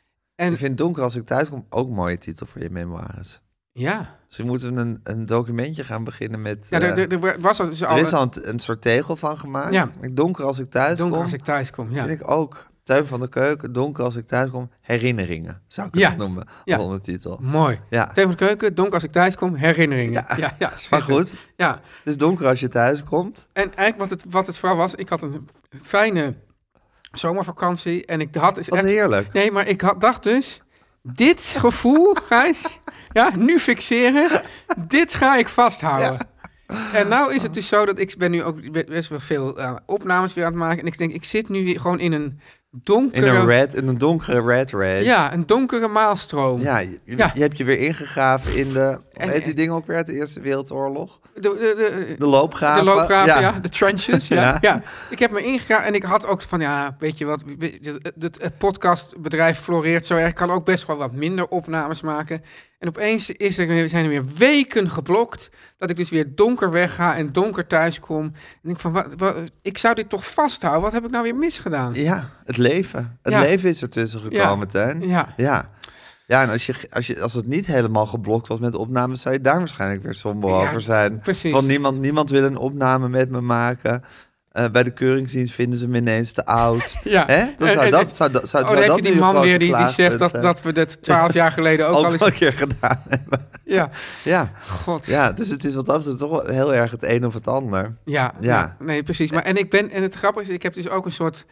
En Ik vind donker als ik thuis kom ook een mooie titel voor je memoires. ja... Dus we moeten een documentje gaan beginnen met... Ja, er was dus al... er is al een soort tegel van gemaakt. Ja. Donker als ik thuis donker kom. als ik thuis kom, ja. Vind ik ook. Teun van de Keuken, donker als ik thuis kom. Herinneringen, zou ik het Ja. noemen. Als Ja. ondertitel. Mooi. Ja, Teun van de Keuken, donker als ik thuis kom, herinneringen. Ja, maar schitterend. goed. Ja, Het is donker als je thuis komt. en eigenlijk wat het vooral was, ik had een fijne zomervakantie en ik had... Wat heerlijk. Nee, maar dacht dus, dit gevoel, Gijs, ja, nu fixeren, dit ga ik vasthouden. En nou is het dus zo dat ik ben nu ook best wel veel opnames weer aan het maken. En ik denk, ik zit nu weer gewoon in een donkere... In een donkere red race. Ja, een donkere maalstroom. Ja, je Ja. hebt je weer ingegraven in de... En- Hoe heet die ding ook weer uit de Eerste Wereldoorlog? De De loopgraven. de loopgraven, ja. De trenches, ja. Ja. ja. Ik heb me ingegraven en ik had ook van, ja, weet je wat, het podcastbedrijf floreert zo erg. Ik kan ook best wel wat minder opnames maken. En opeens zijn er weer weken geblokt dat ik dus weer donker wegga en donker thuis kom. En ik van, ik zou dit toch vasthouden? Wat heb ik nou weer misgedaan? Ja, het leven. Het Ja. leven is ertussen gekomen, Teun. Ja. Ja. Ja, en als het niet helemaal geblokt was met opnames, zou je daar waarschijnlijk weer somber Ja, over zijn. precies. Want niemand wil een opname met me maken. Bij de keuringsdienst vinden ze me ineens te oud. Ja. Hè? Dan zou Dan heb je die man weer die zegt dat we dat 12 jaar geleden ook al al eens... een keer gedaan hebben. Ja, Ja. god. Ja, dus het is wat dat betreft toch wel heel erg het een of het ander. Ja, Ja. ja, nee, precies. Maar, en het grappige is, ik heb dus ook een soort,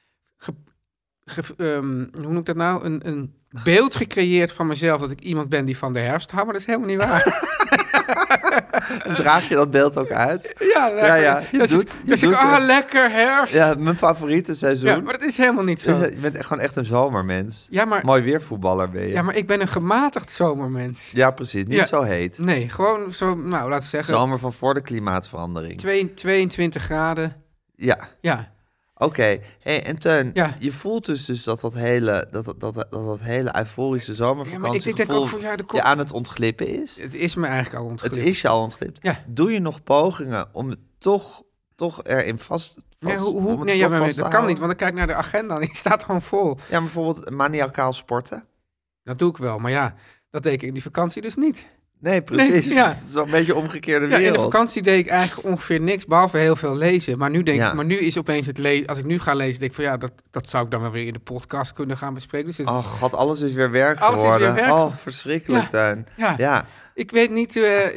hoe noem ik dat nou? Een beeld gecreëerd van mezelf dat ik iemand ben die van de herfst houdt, maar dat is helemaal niet waar. En draag je dat beeld ook uit? Ja, je doet het. Lekker herfst. Ja, mijn favoriete seizoen. Ja, maar dat is helemaal niet zo. Dus je bent gewoon echt een zomermens. Ja, maar, Mooi weervoetballer ben je. ja, maar ik ben een gematigd zomermens. Ja, precies. Niet Ja. zo heet. Nee, gewoon zo, nou, laten we zeggen, Zomer van voor de klimaatverandering. 22 graden. Ja, Ja, oké. Hey, en Teun, Ja. je voelt dus dat hele euforische ja maar zomervakantie ik denk ook voor jou, je aan het ontglippen is. het is me eigenlijk al ontglipt. Het is je al ontglipt. Ja. Doe je nog pogingen om het toch erin vast Nee, om het nee, ja, toch maar vast te dat kan houden? niet, want ik kijk naar de agenda en die staat gewoon vol. Ja, maar bijvoorbeeld maniacaal sporten. Dat doe ik wel, maar ja, dat deed ik in die vakantie dus niet. Nee, precies. Nee, ja. Het is wel een beetje omgekeerde Ja, in wereld. de vakantie deed ik eigenlijk ongeveer niks, behalve heel veel lezen. Maar nu denk Ja. ik, maar nu is opeens het lezen, als ik nu ga lezen, denk ik van ja, dat zou ik dan wel weer in de podcast kunnen gaan bespreken. Dus het- Oh god, alles is weer werk Alles is weer geworden. werk. Oh, verschrikkelijk, Ja. Teun. ja, Ja, ik weet niet,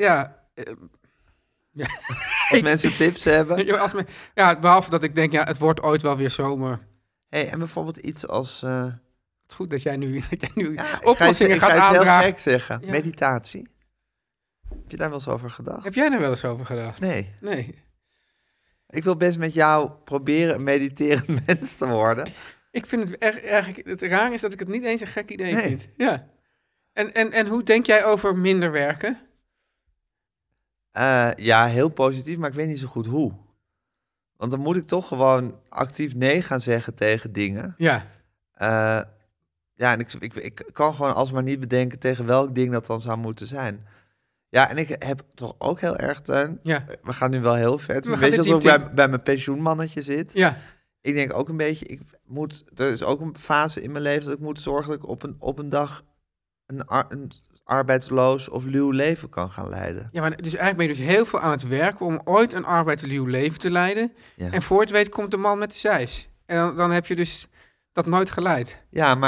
als mensen tips hebben. behalve dat ik denk, ja, het wordt ooit wel weer zomer. Hey, en bijvoorbeeld iets als... Het is goed dat jij nu ja, oplossingen ik ga gaat iets heel aandragen. gek zeggen. Ja. Meditatie. Heb je daar wel eens over gedacht? Heb jij er wel eens over gedacht? Nee. Nee. Ik wil best met jou proberen een mediterend mens te worden. Ik vind het echt eigenlijk, het raar is dat ik het niet eens een gek idee Nee. vind. Ja. En hoe denk jij over minder werken? Ja, heel positief, maar ik weet niet zo goed hoe. Want dan moet ik toch gewoon actief nee gaan zeggen tegen dingen. Ja. Ja, en ik kan gewoon alsmaar niet bedenken tegen welk ding dat dan zou moeten zijn. Ja, en ik heb toch ook heel erg, Teun. Ja. We gaan nu wel heel ver. Het is We een gaan beetje dit alsof ik diepte bij mijn pensioenmannetje zit. Ja. Ik denk ook een beetje, er is ook een fase in mijn leven dat ik moet zorgen dat ik op een dag een arbeidsloos of luw leven kan gaan leiden. Ja, maar dus eigenlijk ben je dus heel veel aan het werken om ooit een arbeidsluw leven te leiden. Ja, En voor je het weet komt de man met de zeis. En dan heb je dus dat nooit geleid.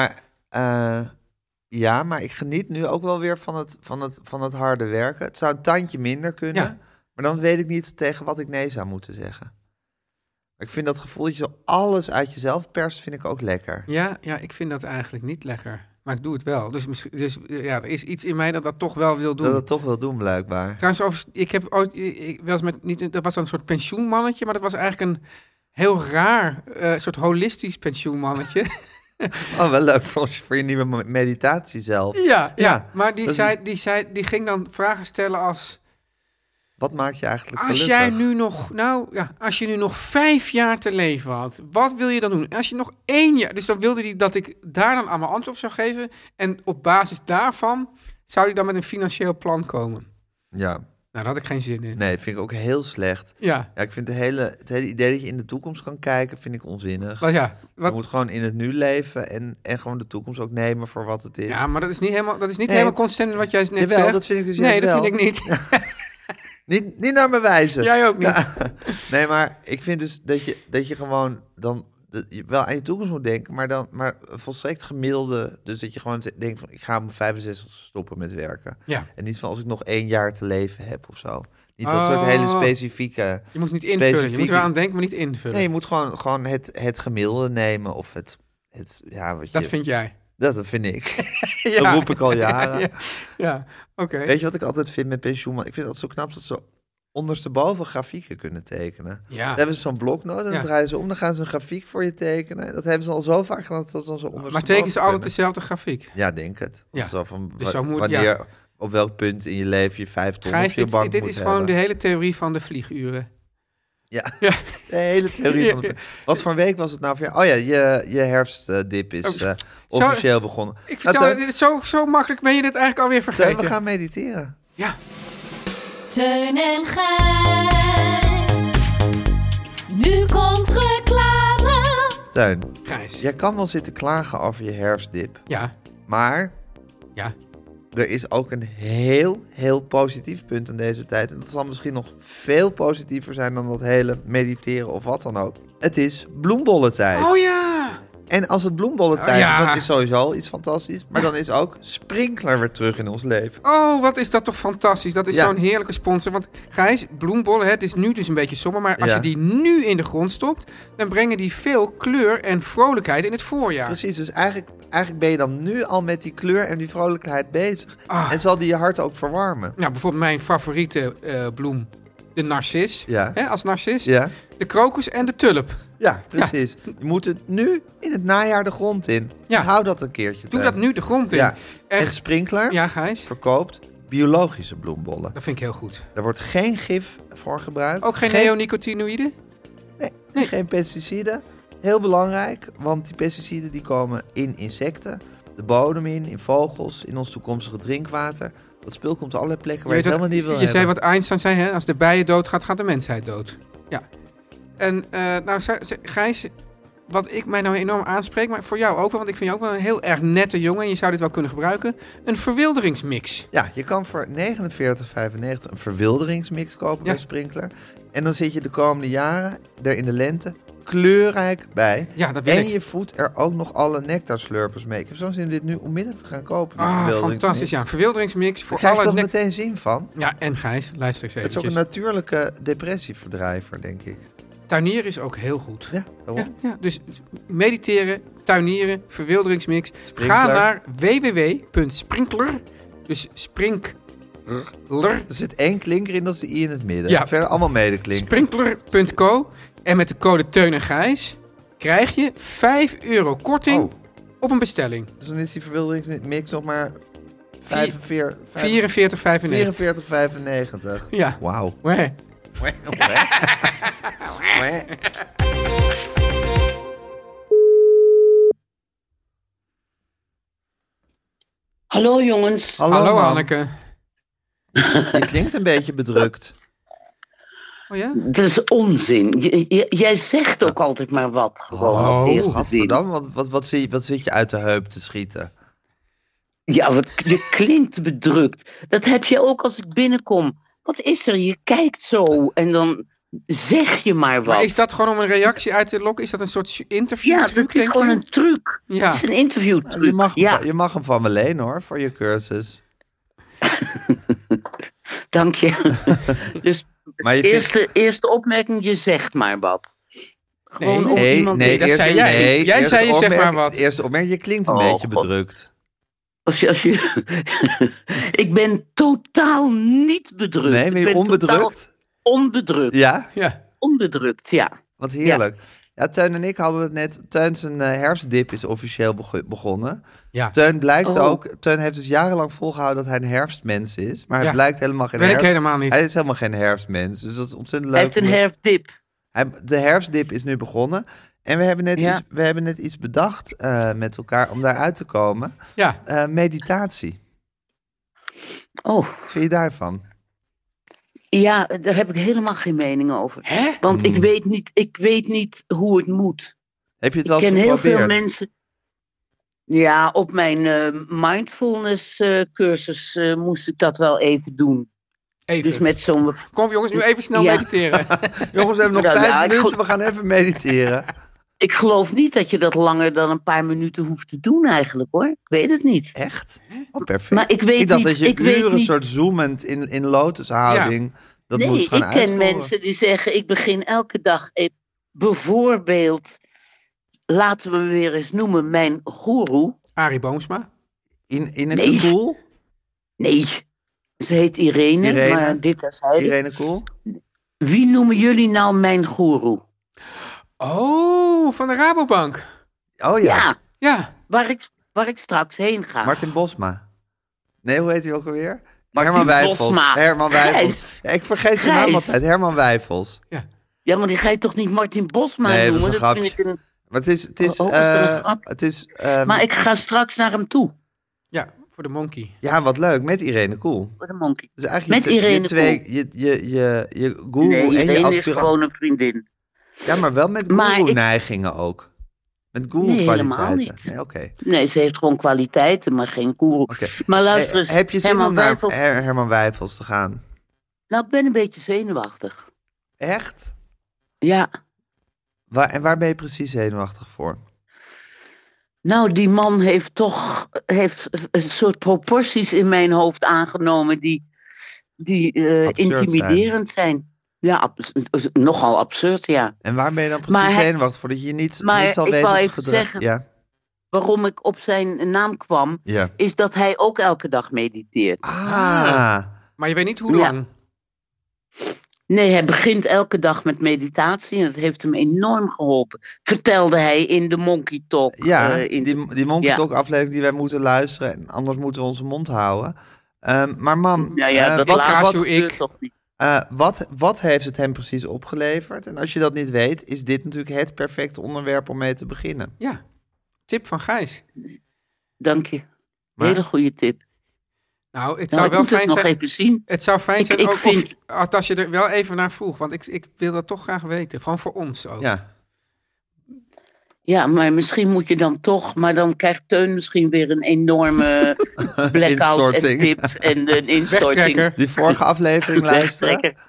maar ik geniet nu ook wel weer van het harde werken. Het zou een tandje minder kunnen, Ja. maar dan weet ik niet tegen wat ik nee zou moeten zeggen. Maar ik vind dat gevoel dat je zo alles uit jezelf perst, vind ik ook lekker. Ja, ik vind dat eigenlijk niet lekker. Maar ik doe het wel. Dus er is iets in mij dat toch wel wil doen. Dat het toch wil doen, blijkbaar. Trouwens, ik heb ooit, wel eens dat was dan een soort pensioenmannetje, maar dat was eigenlijk een heel raar, soort holistisch pensioenmannetje. Oh, wel leuk voor je nieuwe meditatie zelf. Ja, maar dat is- die ging dan vragen stellen als, Wat maakt je eigenlijk als gelukkig? jij nu nog, als je nu nog 5 jaar te leven had, wat wil je dan doen? Als je nog 1 jaar, dus dan wilde hij dat ik daar dan allemaal antwoord op zou geven. En op basis daarvan zou hij dan met een financieel plan komen. Ja, Nou, daar had ik geen zin in. nee, vind ik ook heel slecht. Ja, Ja, ik vind het hele idee dat je in de toekomst kan kijken, vind ik onzinnig. maar ja, Je moet gewoon in het nu leven en gewoon de toekomst ook nemen voor wat het is. ja, maar dat is niet Nee. helemaal consistent met wat jij net Jawel, zegt. dat vind ik dus Nee, juist dat wel. vind ik niet. Niet naar me wijzen. Jij ook niet. Ja. Nee, maar ik vind dus dat je gewoon dan je wel aan je toekomst moet denken, maar volstrekt gemiddelde. Dus dat je gewoon denkt van, ik ga op mijn 65 stoppen met werken. Ja. En niet van als ik nog 1 jaar te leven heb of zo. Niet dat soort Oh. hele specifieke. Je moet niet invullen. Je moet Specifieke- er wel aan denken, maar niet invullen. Nee, je moet gewoon het gemiddelde nemen of het wat je. dat vind jij. Dat vind ik. Ja. Dat roep ik al jaren. Ja, oké. Weet je wat ik altijd vind met pensioen? Ik vind dat zo knap dat ze ondersteboven grafieken kunnen tekenen. Ja. Dan hebben ze zo'n bloknoot en dan Ja. draaien ze om. Dan gaan ze een grafiek voor je tekenen. Dat hebben ze al zo vaak gedaan dat ze dan zo ondersteboven Maar tekenen ze altijd kunnen. dezelfde grafiek? Ja, denk het. Ja. Zo van, Dus zo moet- wanneer, ja. op welk punt in je leven je 5 ton Gijs, op je bank dit moet is hebben. gewoon de hele theorie van de vlieguren. Ja, Ja. de hele theorie van de... Wat voor week was het nou voor jou? Oh ja, je herfstdip is Oh, officieel begonnen. Ik vertel Nou, je, dit is zo makkelijk ben je dit eigenlijk alweer Teun, vergeten. we gaan mediteren. Ja. Teun en Gijs. Nu komt reclame. Teun, Gijs. jij kan wel zitten klagen over je herfstdip. Ja. Maar Ja. er is ook een heel positief punt in deze tijd. En dat zal misschien nog veel positiever zijn dan dat hele mediteren of wat dan ook. Het is bloembollentijd. Oh ja. En als het bloembollentijd Oh ja. is, dat is sowieso al iets fantastisch. Maar dan is ook Sprinkler weer terug in ons leven. Oh, wat is dat toch fantastisch. Dat is Ja. zo'n heerlijke sponsor. Want Gijs, bloembollen, het is nu dus een beetje zomer. Maar als Ja. je die nu in de grond stopt, dan brengen die veel kleur en vrolijkheid in het voorjaar. Precies, dus eigenlijk ben je dan nu al met die kleur en die vrolijkheid bezig. Ah. En zal die je hart ook verwarmen. Nou, bijvoorbeeld mijn favoriete bloem, de narcis. Ja. Hè, als narcist. Ja? De krokus en de tulp. Ja, precies. Je moet het nu in het najaar de grond in. Ja. Hou dat een keertje. Doe Teun. dat nu de grond in. Ja. En Echt. Sprinkler Ja, Gijs, verkoopt biologische bloembollen. dat vind ik heel goed. Daar wordt geen gif voor gebruikt. Ook geen neonicotinoïden? Nee, geen pesticiden. Heel belangrijk, want die pesticiden die komen in insecten, de bodem in vogels, in ons toekomstige drinkwater. Dat spul komt op allerlei plekken waar je het helemaal niet wil je hebben. zei wat Einstein zei, hè? Als de bijen doodgaat, gaat de mensheid dood. Ja. En Gijs, wat ik mij nou enorm aanspreekt, maar voor jou ook wel, want ik vind je ook wel een heel erg nette jongen en je zou dit wel kunnen gebruiken. Een verwilderingsmix. Ja, je kan voor 49,95 een verwilderingsmix kopen Ja. bij Sprinkler. En dan zit je de komende jaren er in de lente kleurrijk bij. Ja, dat wil En ik. je voedt er ook nog alle nectarslurpers mee. Ik heb zo'n zin om dit nu onmiddellijk te gaan kopen. die Ah, verwilderingsmix. fantastisch. Ja, een verwilderingsmix Daar voor krijg je alle... toch meteen zin van? Ja, en Gijs, luister eens Het is ook eventjes. een natuurlijke depressieverdrijver, denk ik. Tuinieren is ook heel goed. Ja, daarom. Ja, dus mediteren, tuinieren, verwilderingsmix. Sprinkler. Ga naar www.sprinkler, dus sprinkler, Er zit 1 klinker in, dat is de i in het midden. Ja. Verder allemaal medeklinken. sprinkler.co en met de code Teun en Gijs krijg je €5 korting Oh. op een bestelling. Dus dan is die verwilderingsmix nog maar 44,95. 44,95. Ja. Wauw. Wee. Hallo jongens. Hallo man. Hanneke. Je klinkt een beetje bedrukt. Oh ja? Dat is onzin. Jij zegt ook altijd maar wat. Gewoon als eerste zin. Gadverdamme, wat zit je uit de heup te schieten? Ja, je klinkt bedrukt. Dat heb je ook als ik binnenkom. Wat is er? Je kijkt zo en dan zeg je maar wat. Maar is dat gewoon om een reactie uit te lokken? Is dat een soort interviewtruc, Ja, dat is gewoon een truc. Ja. Het is een interviewtruc. Je mag hem van me lenen hoor, voor je cursus. Dank je. Dus Maar je eerste opmerking, je zegt maar wat. Gewoon om iemand... dat zei jij. Jij zei je zeg maar wat. Eerste opmerking, je klinkt een beetje bedrukt. Als je... Ik ben totaal niet bedrukt. Nee, ben je onbedrukt? Onbedrukt. Ja? Ja. Onbedrukt, ja. Wat heerlijk. Ja, Teun en ik hadden het net. Teun zijn herfstdip is officieel begonnen. Ja. Teun heeft dus jarenlang volgehouden dat hij een herfstmens is. Maar hij blijkt helemaal geen ik helemaal niet. Hij is helemaal geen herfstmens. Dus dat is ontzettend leuk. Hij heeft een herfstdip. De herfstdip is nu begonnen. En we hebben net iets bedacht met elkaar om daaruit te komen. Ja. Meditatie. Oh. Wat vind je daarvan? Ja, daar heb ik helemaal geen mening over. Hè? Want ik weet niet hoe het moet. Heb je het wel Ik eens ken heel geprobeerd? veel mensen... Ja, op mijn mindfulness cursus moest ik dat wel even doen. Even. Dus met zo'n... Kom jongens, nu even snel Ja. mediteren. Jongens, we hebben nog 5 minuten. We gaan even mediteren. Ik geloof niet dat je dat langer dan een paar minuten hoeft te doen eigenlijk, hoor. Ik weet het niet. Echt? Oh, perfect. Maar ik weet ik dacht niet, dat je ik weet uren niet. soort zoomend in lotushouding dat Nee, moest ik gaan ken uitvoeren. mensen die zeggen, ik begin elke dag, bijvoorbeeld, laten we hem weer eens noemen, mijn goeroe. Arie Boomsma. In een Nee. koel? Nee, ze heet Irene, maar dit terzijde. Irene Koel? Wie noemen jullie nou mijn goeroe? Oh, van de Rabobank. Oh ja, Ja, Ja. waar ik straks heen ga. Martin Bosma. Nee, hoe heet hij ook alweer? Martin Herman Wijfels. Bosma. Herman Wijfels. Gijs. Ja, ik vergeet zijn naam Gijs. altijd. Herman Wijfels. Ja, maar die ga je toch niet Martin Bosma Nee, dat is noemen? een grapje. vind ik een... Maar het is is dat een grap? het is Maar ik ga straks naar hem toe, Ja, voor de monkey. ja, wat leuk, met Irene Koel. voor de monkey. Dus eigenlijk Met Irene je guru Nee, en je Irene is aspirant. gewoon een vriendin. Ja, maar wel met Maar guru-neigingen ook. Met guru-kwaliteiten. helemaal niet. Nee, oké. Nee, ze heeft gewoon kwaliteiten, maar geen koer. Oké. Maar luister eens, Heb je zin Herman om naar Wijfels- Herman Wijfels te gaan? Nou, ik ben een beetje zenuwachtig. Echt? Ja. En waar ben je precies zenuwachtig voor? Nou, die man heeft toch een soort proporties in mijn hoofd aangenomen die Absurd intimiderend zijn. Ja, nogal absurd, ja. En waar ben je dan Maar precies hij- zenuwachtig voor? Dat je niet Maar zal ik weten wou wat even gedrag... zeggen- Ja, Waarom ik op zijn naam kwam, ja. is dat hij ook elke dag mediteert. Maar je weet niet hoe Ja. lang. Nee, hij begint elke dag met meditatie en dat heeft hem enorm geholpen. Vertelde hij in de Monkey Talk. Ja, in- die Monkey ja. Talk aflevering die wij moeten luisteren. En anders moeten we onze mond houden. Maar mam, Nou ja, dat wat laatste waarschuw gebeurt ik? toch niet. wat heeft het hem precies opgeleverd? En als je dat niet weet, is dit natuurlijk het perfecte onderwerp om mee te beginnen. Ja. Tip van Gijs. Dank je. Maar- Hele goede tip. Nou, het Nou, zou ik wel moet het fijn nog zijn. even zien. Het zou fijn Ik- zijn ik ook vind- als je er wel even naar vroeg. Want ik wil dat toch graag weten. Gewoon voor ons ook. Ja. Ja, maar misschien moet je dan toch... Maar dan krijgt Teun misschien weer een enorme blackout en Instorting. dip en een instorting. Wegtrekker. Die vorige aflevering luisteren. Wegtrekker.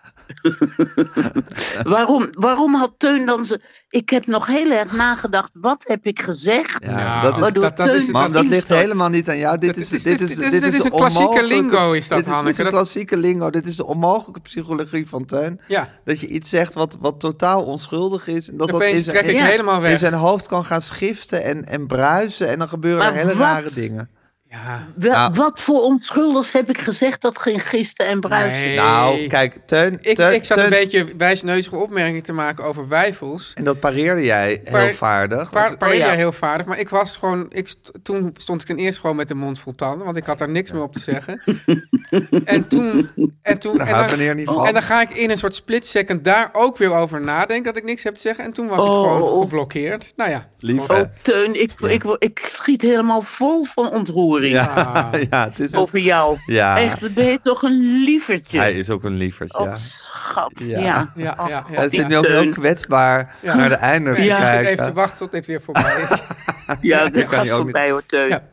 Waarom had Teun dan ze... Ik heb nog heel erg nagedacht, wat heb ik gezegd? Ja, Nou, dat is... Waardoor dat is- Teun Mam, dat ligt instort. helemaal niet aan jou. Dit is Dit de is een klassieke onmogelijke- lingo, is dat, dit is Hanneke. een Dat- klassieke lingo. Dit is de onmogelijke psychologie van Teun. Ja. Dat je iets zegt wat totaal onschuldig is. En dat Opeens in trek ik Ja. helemaal in weg. zijn hoofd kan gaan schiften en bruisen. En dan gebeuren Maar er hele wat? rare dingen. Ja. Nou. Wat voor onschuldigs heb ik gezegd dat geen gisten en bruisen? Nee. Nou, kijk, Teun... Ik zat Teun- een beetje wijsneuzige opmerkingen te maken over wijfels. En dat pareerde jij heel vaardig. Pareerde ja. jij heel vaardig, maar ik was gewoon... Toen stond ik ten eerste gewoon met de mond vol tanden, want ik had daar niks meer op te zeggen. en toen... Daar houdt meneer niet van. En dan ga ik in een soort split second daar ook weer over nadenken dat ik niks heb te zeggen. En toen was ik gewoon geblokkeerd. Nou ja. Lief, gewoon- hè? Oh, Teun, ik schiet helemaal vol van ontroering Ja, ja, het is over jou. Ja. Echt, ben je toch een lievertje? Hij is ook een lieverd, Oh, ja. schat. Ja. Ja. Ja, ja, ja. Hij die zit nu ook Teun. heel kwetsbaar Ja. naar de einde te Ik zit kijken. even te wachten tot dit weer voorbij is. Ja, dat dat kan gaat hij ook voorbij hoor, Teun. Ja.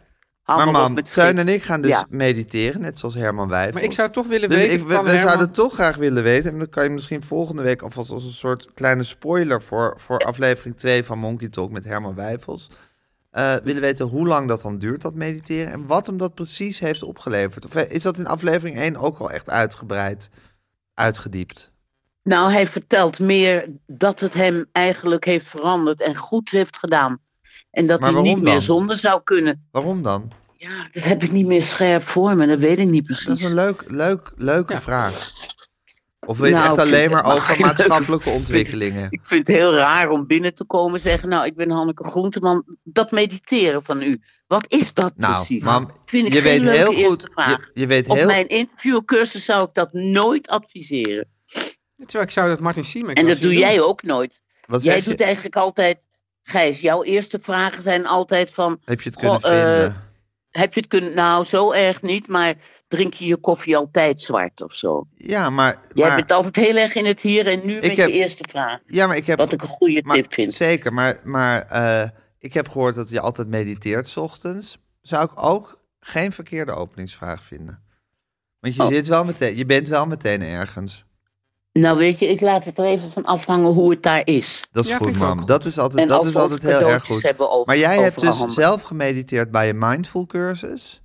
Hou Maar op mam, met Teun schip. en ik gaan dus Ja. mediteren, net zoals Herman Wijfels. Maar ik zou toch willen Dus weten van we Herman... zouden toch graag willen weten, en dat kan je misschien volgende week alvast als een soort kleine spoiler voor aflevering 2 van Monkey Talk met Herman Wijfels. Willen weten hoe lang dat dan duurt, dat mediteren, en wat hem dat precies heeft opgeleverd. Of is dat in aflevering 1 ook al echt uitgebreid, uitgediept? Nou, hij vertelt meer dat het hem eigenlijk heeft veranderd en goed heeft gedaan. En dat Maar hij niet waarom meer dan? zonder zou kunnen. Waarom dan? Ja, dat heb ik niet meer scherp voor me, dat weet ik niet precies. Dat is een leuke Ja. vraag. Of wil je het Nou, echt ik vind alleen maar het over geen leuke- maatschappelijke ontwikkelingen? Ik vind het heel raar om binnen te komen en zeggen, nou, ik ben Hanneke Groenteman. Dat mediteren van u, wat is dat Nou, precies? mam, Vind ik je geen weet leuke heel eerste goed. vraag. Je weet Op heel mijn interviewcursus zou ik dat nooit adviseren. Terwijl ik zou dat Martin Siemek En wel dat zien doe doen. jij ook nooit. Wat Jij zeg je? doet eigenlijk altijd, Gijs, jouw eerste vragen zijn altijd van... Heb je het kunnen Goh, vinden? Heb je het kunnen... Nou, zo erg niet, maar drink je je koffie altijd zwart of zo? Ja, maar Jij bent altijd heel erg in het hier en nu met heb- je eerste vraag. ja, maar ik heb Wat ik een goede maar, tip vind. Zeker, maar ik heb gehoord dat je altijd mediteert 's ochtends. Zou ik ook geen verkeerde openingsvraag vinden. Want je Oh. je bent wel meteen ergens. Nou weet je, ik laat het er even van afhangen hoe het daar is. Dat is Ja, goed, vind ik ook mam. goed. Dat is altijd, En dat als is we altijd ook heel erg cadeautjes goed. hebben over- Maar jij hebt dus overhandigd. zelf gemediteerd bij een mindful cursus.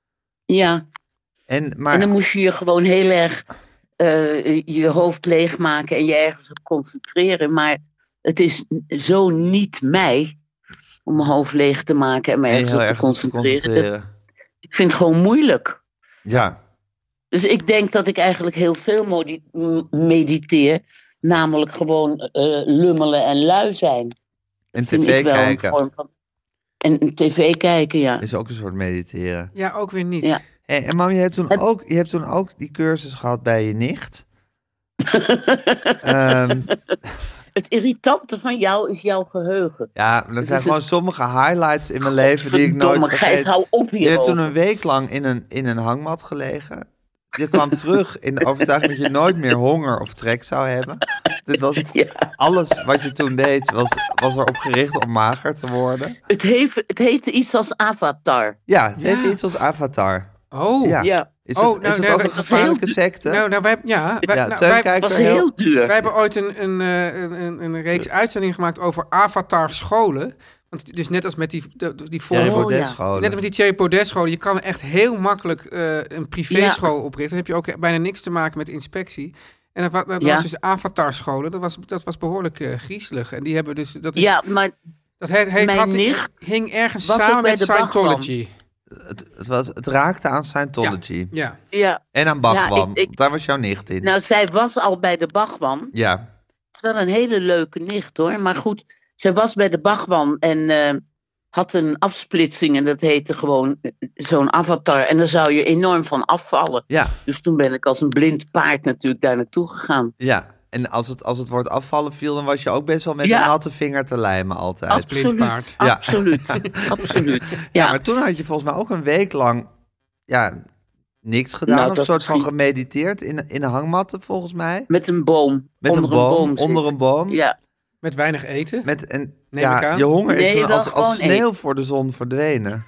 Ja, Maar en dan moest je je gewoon heel erg je hoofd leegmaken en je ergens op concentreren. Maar het is zo niet mij om mijn hoofd leeg te maken en me ergens heel op te erg concentreren. Ik vind het gewoon moeilijk. Ja, Dus ik denk dat ik eigenlijk heel veel mediteer. Namelijk gewoon lummelen en lui zijn. en Vind tv ik wel een kijken vorm van... En tv kijken, ja. is ook een soort mediteren. Ja, ook weer niet. Ja. Hey, en mam, je hebt toen ook die cursus gehad bij je nicht. Ehm, Het irritante van jou is jouw geheugen. ja, er zijn is gewoon sommige highlights in mijn leven die ik nooit Verdomme, Gijs, vergeet. hou op Je hebt hierover. toen een week lang in een hangmat gelegen. Je kwam terug in de overtuiging dat je nooit meer honger of trek zou hebben. Dit was, Ja. alles wat je toen deed was erop gericht om mager te worden. Het heette iets als Avatar. Ja, het heet Ja. iets als Avatar. Oh, Ja. Ja, Is Oh, het, nou, is het nee, ook dat een was gevaarlijke heel- secte? nou, wij, ja, wij, ja, nou, Teun wij, kijkt het was er heel... heel duur. wij hebben ooit een reeks uitzendingen gemaakt over Avatar scholen. Want dus net als met die Thierry vorige... Oh, Baudet ja. scholen. Net als met die Thierry Baudet scholen, je kan echt heel makkelijk een privéschool oprichten. Dan heb je ook bijna niks te maken met inspectie. En dat Ja. was dus Avatar scholen, dat was behoorlijk griezelig. En die hebben dus... Dat is, Ja, maar dat mijn nicht hing ergens was ook samen bij met de Scientology. Het raakte aan Scientology. Ja. ja, En aan Bhagwan. ik- Daar was jouw nicht in. nou zij was al bij de Bhagwan. ja. Het is wel een hele leuke nicht hoor. Maar goed, zij was bij de Bhagwan en had een afsplitsing. En dat heette gewoon zo'n avatar. En daar zou je enorm van afvallen. Ja, Dus toen ben ik als een blind paard natuurlijk daar naartoe gegaan. ja. En als het woord afvallen viel, dan was je ook best wel met Ja. een natte vinger te lijmen altijd. Absoluut, blindpaard. Ja. absoluut, absoluut. Ja, Ja, maar toen had je volgens mij ook een week lang niks gedaan. Nou, of dat een soort van misschien- gemediteerd in hangmatten, volgens mij. met een boom. Met onder een boom, zitten. onder een boom. Ja, Met weinig eten. Neem ik aan. je honger is Nee, toen wel als gewoon sneeuw voor de zon verdwenen.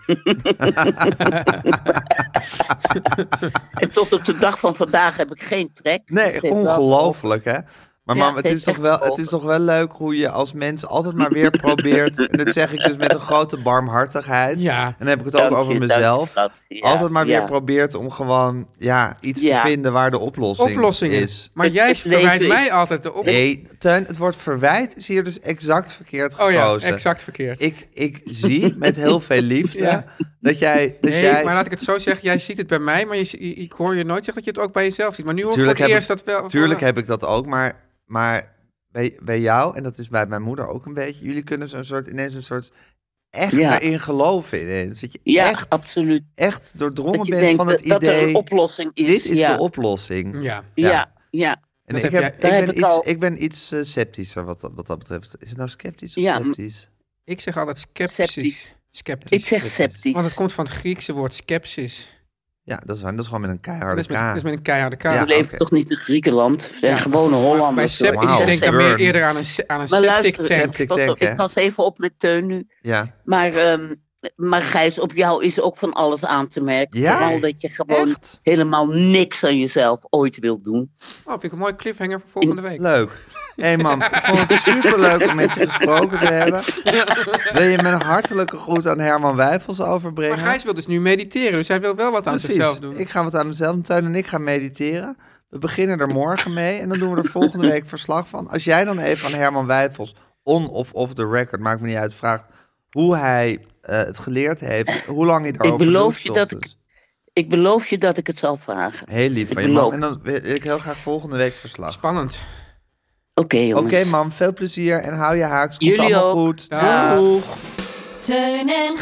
en tot op de dag van vandaag heb ik geen trek. Nee, Het heeft wel- ongelooflijk hè. Maar Ja, mam, het het heeft is, echt het is toch wel leuk hoe je als mens altijd maar weer probeert. En dat zeg ik dus met een grote barmhartigheid. Ja. En dan heb ik het Dank ook over je, mezelf. dank je, schat. Ja, Altijd maar weer ja. probeert om gewoon iets Ja. te vinden waar de oplossing is. Maar Het- jij het verwijt leven mij altijd de Nee, Teun, het woord verwijt is hier dus exact verkeerd Oh ja, gekozen. exact verkeerd. Ik zie met heel veel liefde Ja. dat jij... Nee, maar laat ik het zo zeggen. Jij ziet het bij mij, maar ik hoor je nooit zeggen dat je het ook bij jezelf ziet. Maar nu hoor ik voor Tuurlijk het heb eerst dat wel... Tuurlijk heb ik dat ook, maar bij jou, en dat is bij mijn moeder ook een beetje, jullie kunnen ineens een soort echt Ja. erin geloven ineens. Dat je Ja, absoluut. echt doordrongen Dat je bent denkt van het dat er idee, een oplossing is. dit is ja. de oplossing. Ja. Ja, ja. En Dat ik, heb heb, jij- Daar ik, heb ben ik iets, al- ik ben iets sceptischer wat dat betreft. Is het nou sceptisch of Ja, sceptisch? Ik zeg altijd sceptisch. Sceptisch. Sceptisch. Ik zeg sceptisch. Want het komt van het Griekse woord skepsis. Ja, dat is waar. Dat is gewoon met een Dat keiharde is met een keiharde K. Ja. We leven oké. toch niet in Griekenland? We zijn Ja. gewone Maar bij Hollanders. hoor. sceptisch Wauw. denk ik dan Burn. meer eerder aan een Maar septic luister, tank. Septic pas tank, op, hè? ik pas even op met Teun nu. Ja, Maar Maar Gijs, op jou is ook van alles aan te merken. Ja? Vooral dat je gewoon Echt? helemaal niks aan jezelf ooit wilt doen. Oh, vind ik een mooie cliffhanger voor volgende week. Leuk. Hé man, ik vond het superleuk om met je gesproken te hebben. Wil je mijn hartelijke groet aan Herman Wijfels overbrengen? Maar Gijs wil dus nu mediteren, dus hij wil wel wat aan zichzelf doen. Ik ga wat aan mezelf doen. Teun en ik gaan mediteren. We beginnen er morgen mee en dan doen we er volgende week verslag van. Als jij dan even aan Herman Wijfels, on of off the record, maakt me niet uit, vraagt hoe hij het geleerd heeft, hoe lang hij daarover doet. Ik beloof je dat ik het zal vragen. Heel lief van je, mam. En dan wil ik heel graag volgende week verslag. Spannend. Oké, jongens. Oké, mam, veel plezier en hou je haaks. Komt Jullie allemaal ook. goed. Dag. Doeg. Teun en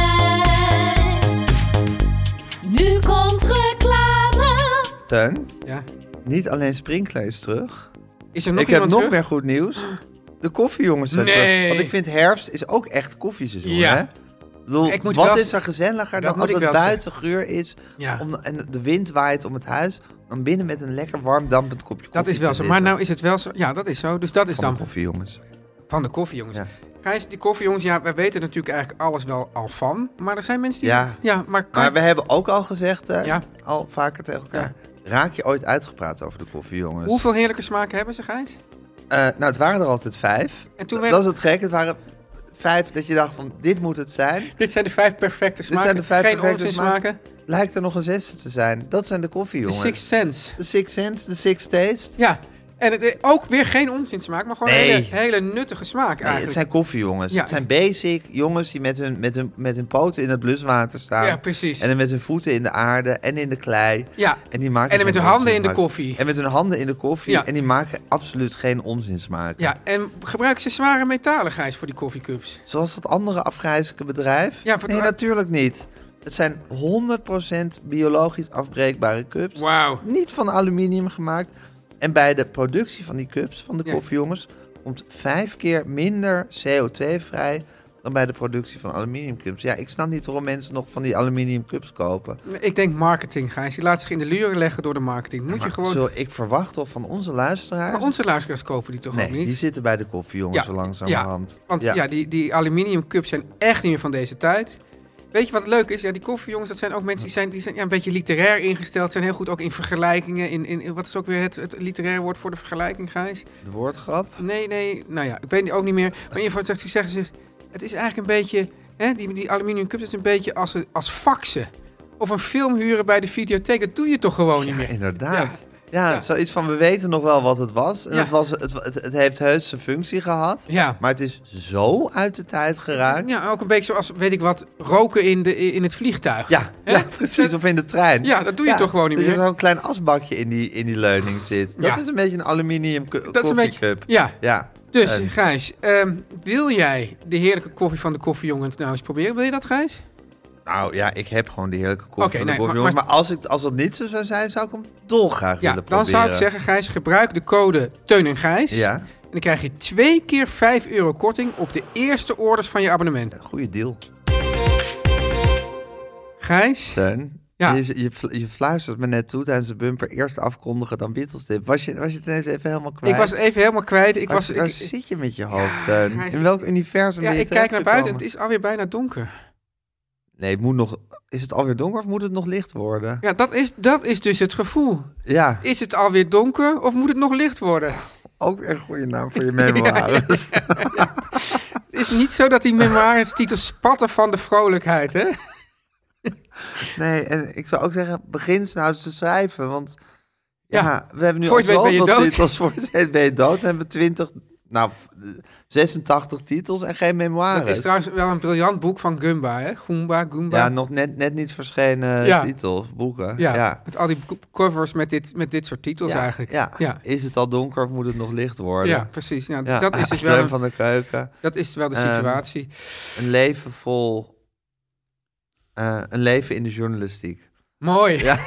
Gijs. Nu komt reclame. Teun, Ja. niet alleen Sprinkler is terug. Is er nog Ik heb iemand nog terug? meer goed nieuws. De koffiejongens zijn Nee. terug. Want ik vind herfst is ook echt koffieseizoen, Ja. hè? Ik bedoel, Ik moet wat wel- is er gezelliger Dat dan moet als ik het wel buiten geur is Ja. en de wind waait om het huis, dan binnen met een lekker warm dampend kopje koffie Dat is wel te zo. zitten. Maar nou is het wel zo. Ja, dat is zo. Dus dat is Van dan de koffiejongens. van de koffiejongens. Ja. Gijs, die koffiejongens, ja, wij weten natuurlijk eigenlijk alles wel al van. Maar er zijn mensen die... Ja. maar Maar we hebben ook al gezegd, Ja. al vaker tegen elkaar, raak je ooit uitgepraat over de koffiejongens? hoeveel heerlijke smaken hebben ze, Gijs? Nou, het waren er altijd 5. En toen Dat is het gek. Het waren 5 dat je dacht van, dit moet het zijn. Dit zijn de 5 perfecte smaken. zijn de 5 Geen perfecte onzin smaken. smaken. Lijkt er nog een 6e te zijn. Dat zijn de De koffiejongens. Sixth Sense. De Sixth Sense, de Sixth Taste. Ja. En het is ook weer geen onzin smaak, maar gewoon Nee. hele nuttige smaak Nee, het eigenlijk. zijn koffiejongens. Ja. Het zijn basic jongens die met hun poten in het bluswater staan. Ja, precies. En dan met hun voeten in de aarde en in de klei. Ja. En die maken En dan met geen hun handen in de onzinsmaak. koffie. En met hun handen in de koffie. Ja. En die maken absoluut geen onzinsmaak. Ja, en gebruiken ze zware metalen, Gijs, voor die koffiecups? Zoals dat andere afgrijzelijke bedrijf? Ja, nee, natuurlijk niet. Het zijn 100% biologisch afbreekbare cups. Wauw. Niet van aluminium gemaakt. En bij de productie van die cups, van de Ja. koffiejongens, komt 5 keer minder CO2 vrij dan bij de productie van aluminium cups. Ja, ik snap niet waarom mensen nog van die aluminium cups kopen. Ik denk marketing, Gijs. Die laat zich in de luren leggen door de marketing. Moet je Maar gewoon... ik verwacht toch van onze luisteraars... Maar onze luisteraars kopen die toch nee, ook niet? die zitten bij de koffiejongens Ja, zo langzamerhand. Want ja, die aluminium cups zijn echt niet meer van deze tijd. Weet je wat leuk is? Ja, die koffiejongens, dat zijn ook mensen die zijn een beetje literair ingesteld. Zijn heel goed ook in vergelijkingen. In wat is ook weer het literaire woord voor de vergelijking, Gijs? De woordgrap? Nee. Nou ja, ik weet ook niet meer. Maar in ieder geval zeggen ze... Het is eigenlijk een beetje... Hè, die aluminium cups is een beetje als faxen. Of een film huren bij de videotheek. Dat doe je toch gewoon niet meer? Inderdaad. Ja. Ja, zoiets van, we weten nog wel wat het was. En Ja. het heeft heus zijn functie gehad. Ja. Maar het is zo uit de tijd geraakt. Ja, ook een beetje zoals, weet ik wat, roken in het vliegtuig. Ja, Hè? ja, precies. Of in de trein. Ja, dat doe je toch gewoon niet dat meer? er zo'n klein asbakje in die leuning zit. Dat Ja. is een beetje een aluminium Dat is een koffiecup. beetje... Ja. Ja. Dus, En- Gijs, wil jij de heerlijke koffie van de koffiejongens nou eens proberen? Wil je dat, Gijs? Nou ja, ik heb gewoon die heerlijke koffie Oké, van de nee, koffiejongens. maar- Maar als dat niet zo zou zijn, zou ik hem dolgraag Ja, willen proberen. dan zou ik zeggen, Gijs, gebruik de code Teun en Gijs. Ja, En dan krijg je 2 keer €5 korting op de eerste orders van je abonnement. goede deal. Gijs? Teun, Ja. je fluistert me net toe tijdens de bumper. Eerst afkondigen, dan Beatles tip. Was je het ineens even helemaal kwijt? Ik was het even helemaal kwijt. Waar zit je met je hoofd, Teun? Gijs, In welk universum Ja, ben je ik kijk naar buiten en terechtgekomen? het is alweer bijna donker. Nee, het moet nog... Is het alweer donker of moet het nog licht worden? Ja, dat is dus het gevoel. Ja, Is het alweer donker of moet het nog licht worden? ook weer een goede naam voor je memoires. Het is niet zo dat die memoires titels spatten van de vrolijkheid, hè? Nee, en ik zou ook zeggen, begin nou eens te schrijven. Want ja, Ja, we hebben nu voor al je het weet ben je zoveel dood. titels. Voor je het weet ben je dood. Dan hebben we 86 titels en geen memoires. Dat is trouwens wel een briljant boek van Goomba, hè? Goomba. Ja, nog net niet verschenen Ja. titels, boeken. Ja, met al die covers met dit soort titels Ja, eigenlijk. ja. Ja. Is het al donker of moet het nog licht worden? Ja, precies. Ja, Ja, dat is dus Steun wel, van de keuken. dat is wel de situatie. Een leven vol... een leven in de journalistiek. Mooi. Ja.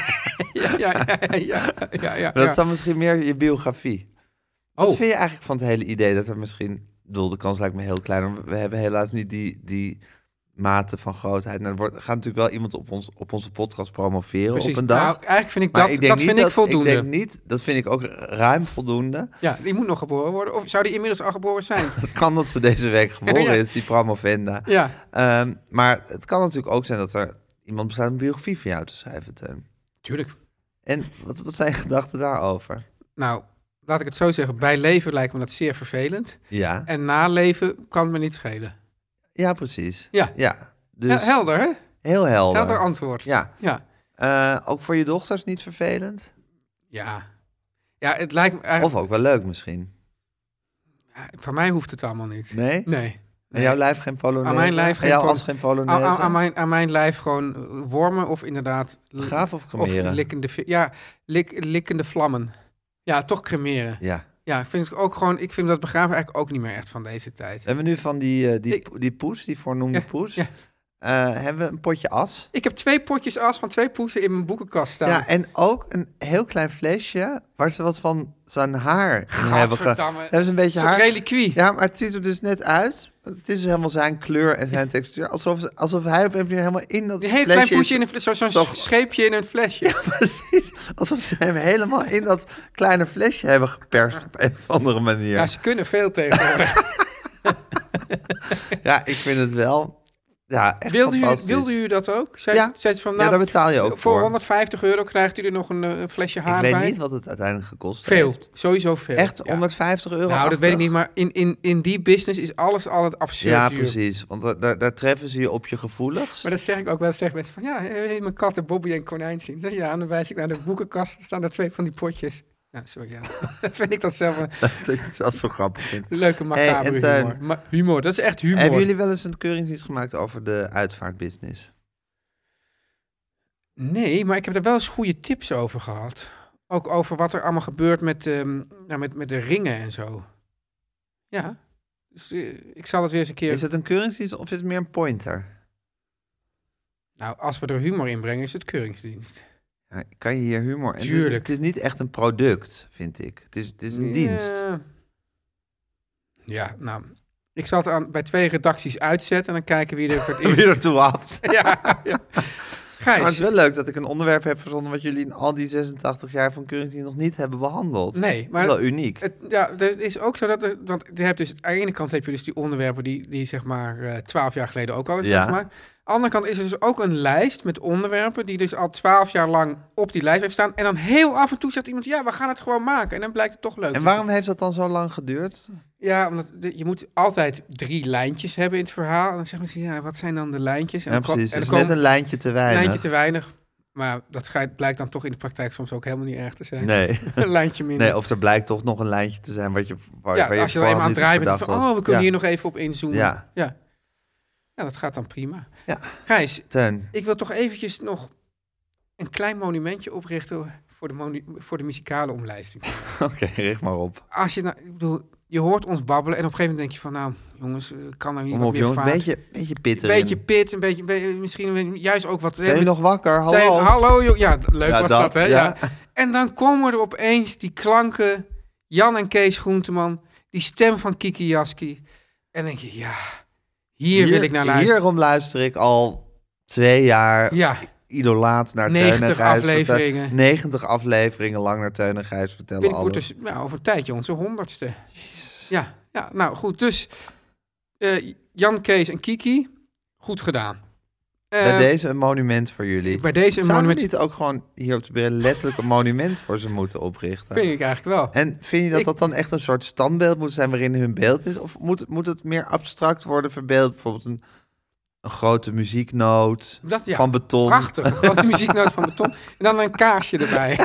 ja. Maar dat is dan misschien meer je biografie. Wat Oh, vind je eigenlijk van het hele idee dat er misschien... Ik bedoel, de kans lijkt me heel klein. Maar we hebben helaas niet mate van grootheid. En er gaat natuurlijk wel iemand op onze podcast promoveren Precies. op een dag. Nou, eigenlijk vind ik Maar dat, denk dat niet vind ik voldoende. Ik denk niet, dat vind ik ook ruim voldoende. Ja, die moet nog geboren worden. Of zou die inmiddels al geboren zijn? Het kan dat ze deze week geboren Ja. is, die promovenda. Ja. Maar het kan natuurlijk ook zijn dat er iemand besluit een biografie van jou te schrijven, Teun. Tuurlijk. En wat zijn je gedachten daarover? Nou, laat ik het zo zeggen. Bij leven lijkt me dat zeer vervelend. Ja, En na leven kan het me niet schelen. ja precies. Ja. Dus Helder, hè? heel helder. Helder antwoord. Ja. Ja. Ook voor je dochters niet vervelend? Ja. Ja, het lijkt me eigenlijk... Of ook wel leuk misschien? Voor mij hoeft het allemaal niet. Nee? Nee. Aan jouw lijf geen Polonaise? Aan mijn lijf Aan geen jouw Pol- Ans geen Polonaise? Aan mijn lijf gewoon wormen of inderdaad... Begraven of cremeren? Likkende vlammen. Ja, toch cremeren. Ja. Ja, ik vind dat begraven eigenlijk ook niet meer echt van deze tijd. We hebben nu van die poes, die voornoemde poes. ja. Hebben we een potje as. Ik heb 2 potjes as van 2 poesen in mijn boekenkast staan. Ja, en ook een heel klein flesje waar ze wat van zijn haar in hebben. Gadverdamme. Hebben ze een beetje Een soort haar. reliquie. Ja, maar het ziet er dus net uit. Het is dus helemaal zijn kleur en zijn textuur. Alsof hij op een manier helemaal in dat Een heel flesje klein poesje is. in een flesje, zo'n Toch- scheepje in een flesje. Precies. Alsof ze hem helemaal in dat kleine flesje hebben geperst op een of andere manier. Ja, ze kunnen veel tegenwoordig. Ja, ik vind het wel. Ja, echt Wilde fantastisch. u dat ook? Ja. Zei ze van, Ja, nou, daar betaal je ook voor. 150 euro krijgt u er nog een flesje haar Ik weet bij. niet wat het uiteindelijk gekost Veel, heeft. sowieso veel. Echt Ja. 150 euro? Nou, dat weet ik niet, maar in die business is alles altijd absurd Ja, duur. precies. Want daar treffen ze je op je gevoeligs. Maar dat zeg ik ook wel. Zeg mensen van, ja, mijn katten Bobby en Konijn zien. Dus ja, en dan wijs ik naar de boekenkast. Er staan er 2 van die potjes. Ja, sorry, ja. Dat vind ik dat zelf een Dat ik het zelf zo grappig vind. leuke macabre en Teun, humor. Humor, dat is echt humor. Hebben jullie wel eens een keuringsdienst gemaakt over de uitvaartbusiness? Nee, maar ik heb er wel eens goede tips over gehad. Ook over wat er allemaal gebeurt met de ringen en zo. Ja, dus ik zal het weer eens een keer... Is het een keuringsdienst of is het meer een pointer? Nou, als we er humor in brengen, is het keuringsdienst. Ja, kan je hier humor... En Tuurlijk. Het is niet echt een product, vind ik. Het is een dienst. Ja, nou, ik zal het bij 2 redacties uitzetten en dan kijken wie er voor het Wie eerst... er toe af. Ja. Maar het Gijs, is wel leuk dat ik een onderwerp heb verzonnen wat jullie in al die 86 jaar van keuringsdienst nog niet hebben behandeld. nee, Dat is maar wel uniek. het is ook zo dat want je hebt dus aan de ene kant heb je dus die onderwerpen die zeg maar 12 jaar geleden ook al is Ja. gemaakt. Aan de andere kant is er dus ook een lijst met onderwerpen die dus al 12 jaar lang op die lijst heeft staan. En dan heel af en toe zegt iemand, ja, we gaan het gewoon maken. En dan blijkt het toch leuk En te waarom heeft dat dan zo lang geduurd? Ja, omdat je moet altijd 3 lijntjes hebben in het verhaal. En dan zeggen mensen, ja, wat zijn dan de lijntjes? En Ja, dan ko- precies. en Het dan is net komen een lijntje te weinig. lijntje te weinig. Maar dat blijkt dan toch in de praktijk soms ook helemaal niet erg te zijn. Nee. Een lijntje minder. Nee, of er blijkt toch nog een lijntje te zijn waar je waar je als je er vooral eenmaal aan niet het draaien bent, verdacht van, was. we kunnen Ja. hier nog even op inzoomen. Ja. Ja, dat gaat dan prima. Ja. Gijs, Teun, ik wil toch eventjes nog een klein monumentje oprichten voor de muzikale omlijsting. oké, richt maar op. Als je, nou, ik bedoel, je hoort ons babbelen en op een gegeven moment denk je van, nou, jongens, kan er niet Kom wat op, meer jongen. vaart? Beetje pit Een erin. beetje pit, een beetje misschien juist ook wat... Zijn jullie nog wakker? Hallo? Hallo, joh. Ja, leuk Ja, was dat, hè? ja. Ja. En dan komen er opeens die klanken, Jan en Kees Groenteman, die stem van Kiki Jaski. En dan denk je, ja, hier wil ik naar luisteren. Hierom luister ik al 2 jaar Ja, idolaat naar 90 Teun en Gijs afleveringen. vertellen. 90 afleveringen lang naar Teun en Gijs vertellen. binnenkort alles. dus over een tijdje onze 100ste. Ja, nou goed. Dus Jan, Kees en Kiki, goed gedaan. Bij deze een monument voor jullie. Bij deze een Zouden we monument, niet ook gewoon hier op de Bril letterlijk een monument voor ze moeten oprichten? vind ik eigenlijk wel. En vind je dat Ik- dat dan echt een soort standbeeld moet zijn waarin hun beeld is? Of moet het meer abstract worden verbeeld? Bijvoorbeeld een grote muzieknoot Dat, ja, van beton. prachtig. Een grote muzieknoot van beton. En dan een kaarsje erbij.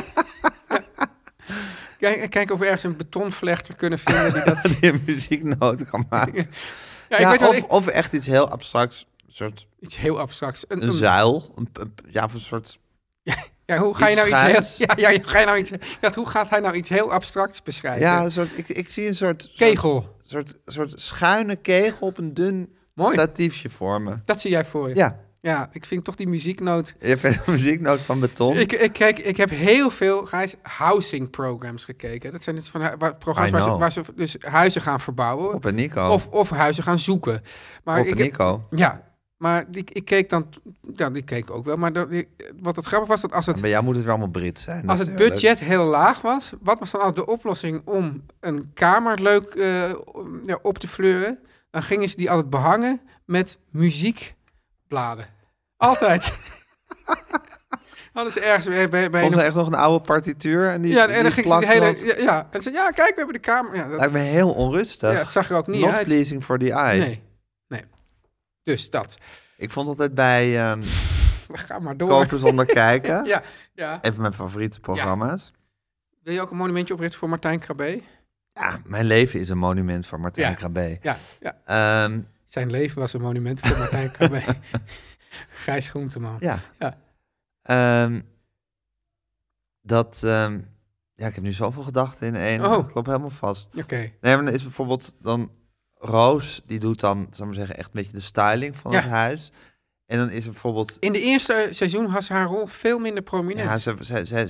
Ja. Kijk of we ergens een betonvlechter kunnen vinden die dat... Die een muzieknoot kan maken. Ja, Ja, ik weet wel, of echt iets heel abstracts. Een soort iets heel abstracts. een zuil. Of een soort... Ja, hoe ga je iets nou iets schuins. heel... ga je nou iets... Ja, hoe gaat hij nou iets heel abstracts beschrijven? Ja, een soort, ik zie een soort Kegel. soort schuine kegel op een dun Mooi. statiefje vormen. Dat zie jij voor je. Ja, Ja, ik vind toch die muzieknoot... je vindt een muzieknoot van beton. Ik heb heel veel housing programs gekeken. Dat zijn dus programma's waar ze dus huizen gaan verbouwen. Op en Nico. Of huizen gaan zoeken. Maar Op ik en heb, Nico. ja, Maar ik keek dan... Ja, die keek ook wel. Maar wat het grappig was, dat als het... Bij jou moet het weer allemaal Brits zijn. Als het budget heel laag was, wat was dan altijd de oplossing om een kamer leuk op te fleuren? Dan gingen ze die altijd behangen met muziekbladen. Altijd. Hadden ze ergens bij Was er echt nog een oude partituur? En en dan ging ze die hele... hele... Ja, en ze ja, kijk, we hebben de kamer. Ja, Lijkt me heel onrustig. het zag er ook niet Not uit. pleasing for the eye. Nee. Dus dat. Ik vond altijd bij We gaan maar door. Kopen zonder kijken. Ja. Even mijn favoriete programma's. Wil je ook een monumentje oprichten voor Martijn Krabbe? Ja, mijn leven is een monument voor Martijn Krabbe. Ja. Zijn leven was een monument voor Martijn Krabbe. Gijs Groenteman. Ja. Ik heb nu zoveel gedachten in één. Oh. Dat klopt helemaal vast. Oké. Nee, maar dan is bijvoorbeeld dan Roos, die doet dan, zal ik maar zeggen, echt een beetje de styling van het huis. En dan is er bijvoorbeeld... In de eerste seizoen was haar rol veel minder prominent. Ja, ze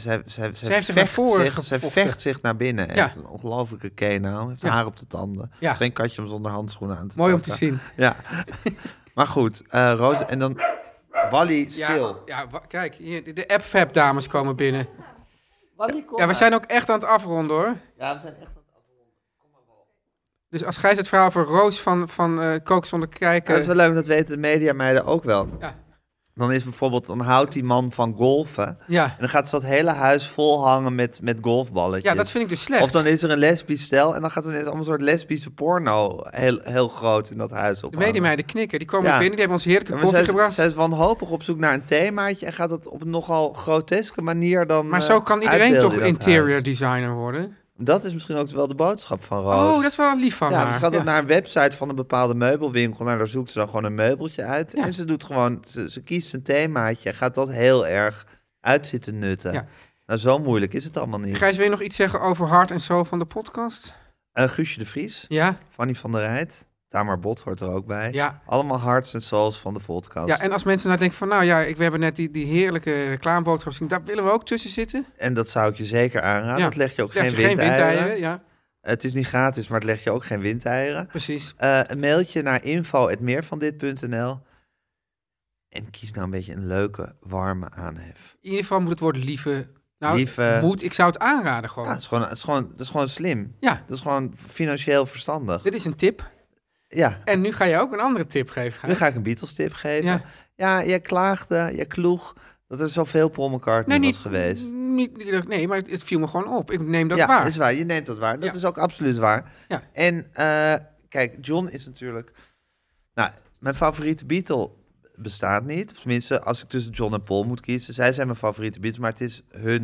vecht zich naar binnen. Echt een ongelofelijke kenau. Heeft haar op de tanden. Ja. Geen katje om zonder handschoenen aan te Mooi pakken. om te zien. Ja. Maar goed, Roos en dan Wally stil. Kijk, hier, de AppFab dames komen binnen. Wally, kom we maar. zijn ook echt aan het afronden, hoor. Ja, we zijn echt aan het afronden. Dus als Gijs het verhaal voor Roos van Kook zonder kijken... Dat is wel leuk, dat weten de mediameiden ook wel. Ja. Dan is bijvoorbeeld, dan houdt die man van golfen. Ja. En dan gaat ze dat hele huis vol hangen met golfballetjes. Ja, dat vind ik dus slecht. Of dan is er een lesbisch stel en dan gaat er ineens allemaal een soort lesbische porno heel groot in dat huis op. De mediameiden knikken, die komen binnen, die hebben ons heerlijke koffie gebracht. Zij is wanhopig op zoek naar een themaatje en gaat dat op een nogal groteske manier dan Maar zo kan iedereen uitbeelden toch in dat interior huis. designer worden? Dat is misschien ook wel de boodschap van Roos. Oh, dat is wel lief van Ja, haar. dus gaat dan naar een website van een bepaalde meubelwinkel. Nou, daar zoekt ze dan gewoon een meubeltje uit. Ja. En ze doet gewoon, ze kiest een themaatje en gaat dat heel erg uit zitten nutten. Ja. Nou, zo moeilijk is het allemaal niet. Gijs, wil je nog iets zeggen over hart en soul van de podcast? Guusje de Vries, Ja? Fanny van der Rijt, Tamar Bot hoort er ook bij. Ja. Allemaal hearts en souls van de podcast. Ja, en als mensen nou denken van, nou ja, we hebben net die heerlijke reclameboodschap gezien, daar willen we ook tussen zitten. En dat zou ik je zeker aanraden. Ja. Dat leg je ook Leg geen je windeieren. ja. Het is niet gratis, maar het leg je ook geen windeieren. Precies. Een mailtje naar info@meervandit.nl. En kies nou een beetje een leuke, warme aanhef. In ieder geval moet het woord lieve... Nou, Lieve. ik zou het aanraden gewoon. Ja, dat is gewoon slim. Ja. Dat is gewoon financieel verstandig. Dit is een tip. Ja. En nu ga je ook een andere tip geven, Gijs. Nu ga ik een Beatles-tip geven. Ja. Ja, jij klaagde, jij kloeg dat er zoveel Paul McCartney was geweest. Nee, maar het viel me gewoon op. Ik neem dat Ja, waar. is waar. Je neemt dat waar. Dat Ja. is ook absoluut waar. Ja. En kijk, John is natuurlijk... Nou, mijn favoriete Beatle bestaat niet. Of tenminste, als ik tussen John en Paul moet kiezen. Zij zijn mijn favoriete Beatles, maar het is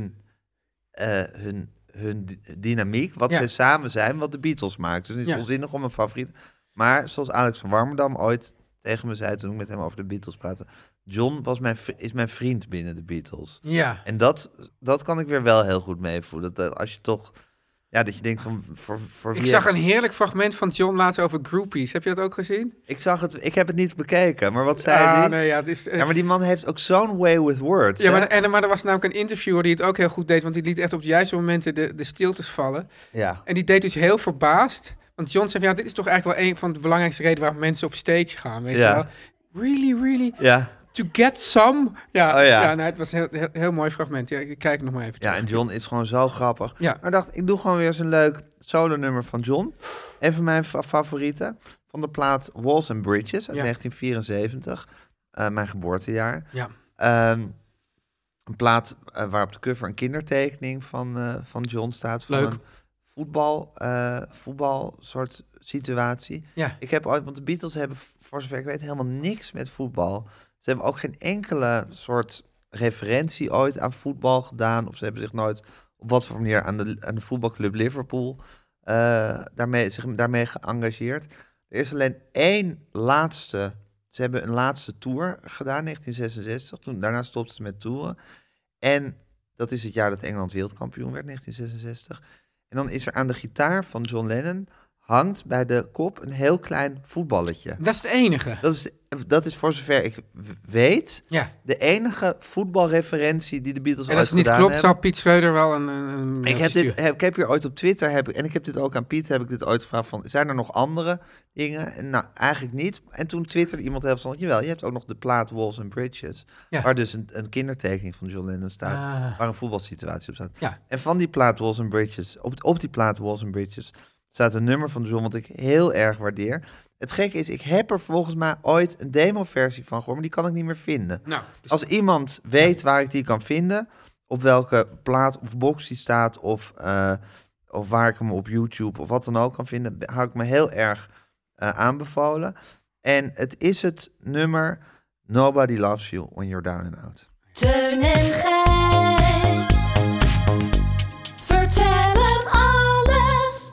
hun dynamiek, wat zij samen zijn, wat de Beatles maakt. Dus het is onzinnig om een favoriet. Maar zoals Alex van Warmerdam ooit tegen me zei toen ik met hem over de Beatles praatte, John is mijn vriend binnen de Beatles. Ja. En dat kan ik weer wel heel goed meevoelen. Dat als je toch, dat je denkt van voor wie... Ik zag een heerlijk fragment van John laatst over groupies. Heb je dat ook gezien? Ik heb het niet bekeken, maar wat zei hij? Nee, ja, dus, Ja, maar die man heeft ook zo'n way with words. Ja, hè? maar er was namelijk een interviewer die het ook heel goed deed, want die liet echt op de juiste momenten de stiltes vallen. Ja. En die deed dus heel verbaasd. Want John zei van, dit is toch eigenlijk wel een van de belangrijkste redenen waarom mensen op stage gaan, weet je wel? Really? Ja. To get some? Ja, Oh ja. Nee, het was een heel mooi fragment. Ja, ik kijk nog maar even terug. Ja, en John is gewoon zo grappig. Ja. Maar dacht, ik doe gewoon weer eens een leuk solo-nummer van John. Even mijn favorieten. Van de plaat Walls and Bridges uit 1974. Mijn geboortejaar. Ja. Een plaat waar op de cover een kindertekening van John staat. Van Leuk. een voetbal soort situatie. Ja. Ik heb ooit, want de Beatles hebben, voor zover ik weet, helemaal niks met voetbal. Ze hebben ook geen enkele soort referentie ooit aan voetbal gedaan. Of ze hebben zich nooit op wat voor manier aan de voetbalclub Liverpool daarmee geëngageerd. Er is alleen ze hebben een laatste tour gedaan, 1966. Daarna stopten ze met toeren. En dat is het jaar dat Engeland wereldkampioen werd, 1966. En dan is er aan de gitaar van John Lennon hangt bij de kop een heel klein voetballetje. Dat is het enige. Dat is voor zover ik weet Ja. de enige voetbalreferentie die de Beatles En ooit als het niet gedaan klopt, hebben. zal Piet Schreuder wel een Ik heb hier ooit op Twitter, en ik heb dit ook aan Piet, heb ik dit ooit gevraagd van, zijn er nog andere dingen? En nou, eigenlijk niet. En toen twitterde iemand heel van, jawel, je hebt ook nog de plaat Walls and Bridges, Ja. waar dus een kindertekening van John Lennon staat, Ah. waar een voetbalsituatie op staat. Ja. En van die plaat Walls and Bridges, op die plaat Walls and Bridges, staat een nummer van John wat ik heel erg waardeer. Het gekke is, ik heb er volgens mij ooit een demo-versie van gehoord, maar die kan ik niet meer vinden. Nou, dus Als iemand weet waar ik die kan vinden, op welke plaat of box die staat, of waar ik hem op YouTube of wat dan ook kan vinden, hou ik me heel erg aanbevolen. En het is het nummer Nobody Loves You When You're Down and Out. Teun en Gijs. Vertel hem alles.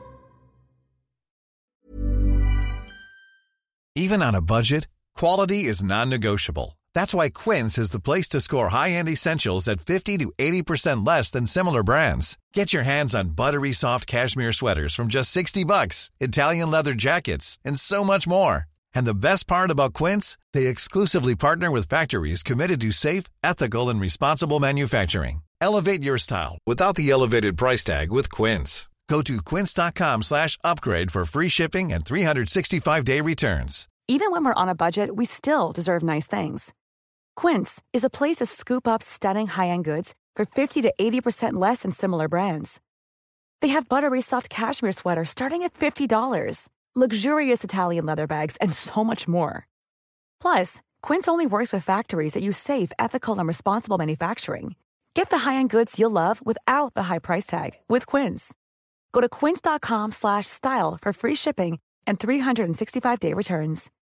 Even on a budget, quality is non-negotiable. That's why Quince is the place to score high-end essentials at 50 to 80% less than similar brands. Get your hands on buttery soft cashmere sweaters from just $60, Italian leather jackets, and so much more. And the best part about Quince, they exclusively partner with factories committed to safe, ethical, and responsible manufacturing. Elevate your style without the elevated price tag with Quince. Go to quince.com/upgrade for free shipping and 365-day returns. Even when we're on a budget, we still deserve nice things. Quince is a place to scoop up stunning high-end goods for 50 to 80% less than similar brands. They have buttery soft cashmere sweaters starting at $50, luxurious Italian leather bags, and so much more. Plus, Quince only works with factories that use safe, ethical, and responsible manufacturing. Get the high-end goods you'll love without the high price tag with Quince. Go to quince.com/style for free shipping and 365-day returns.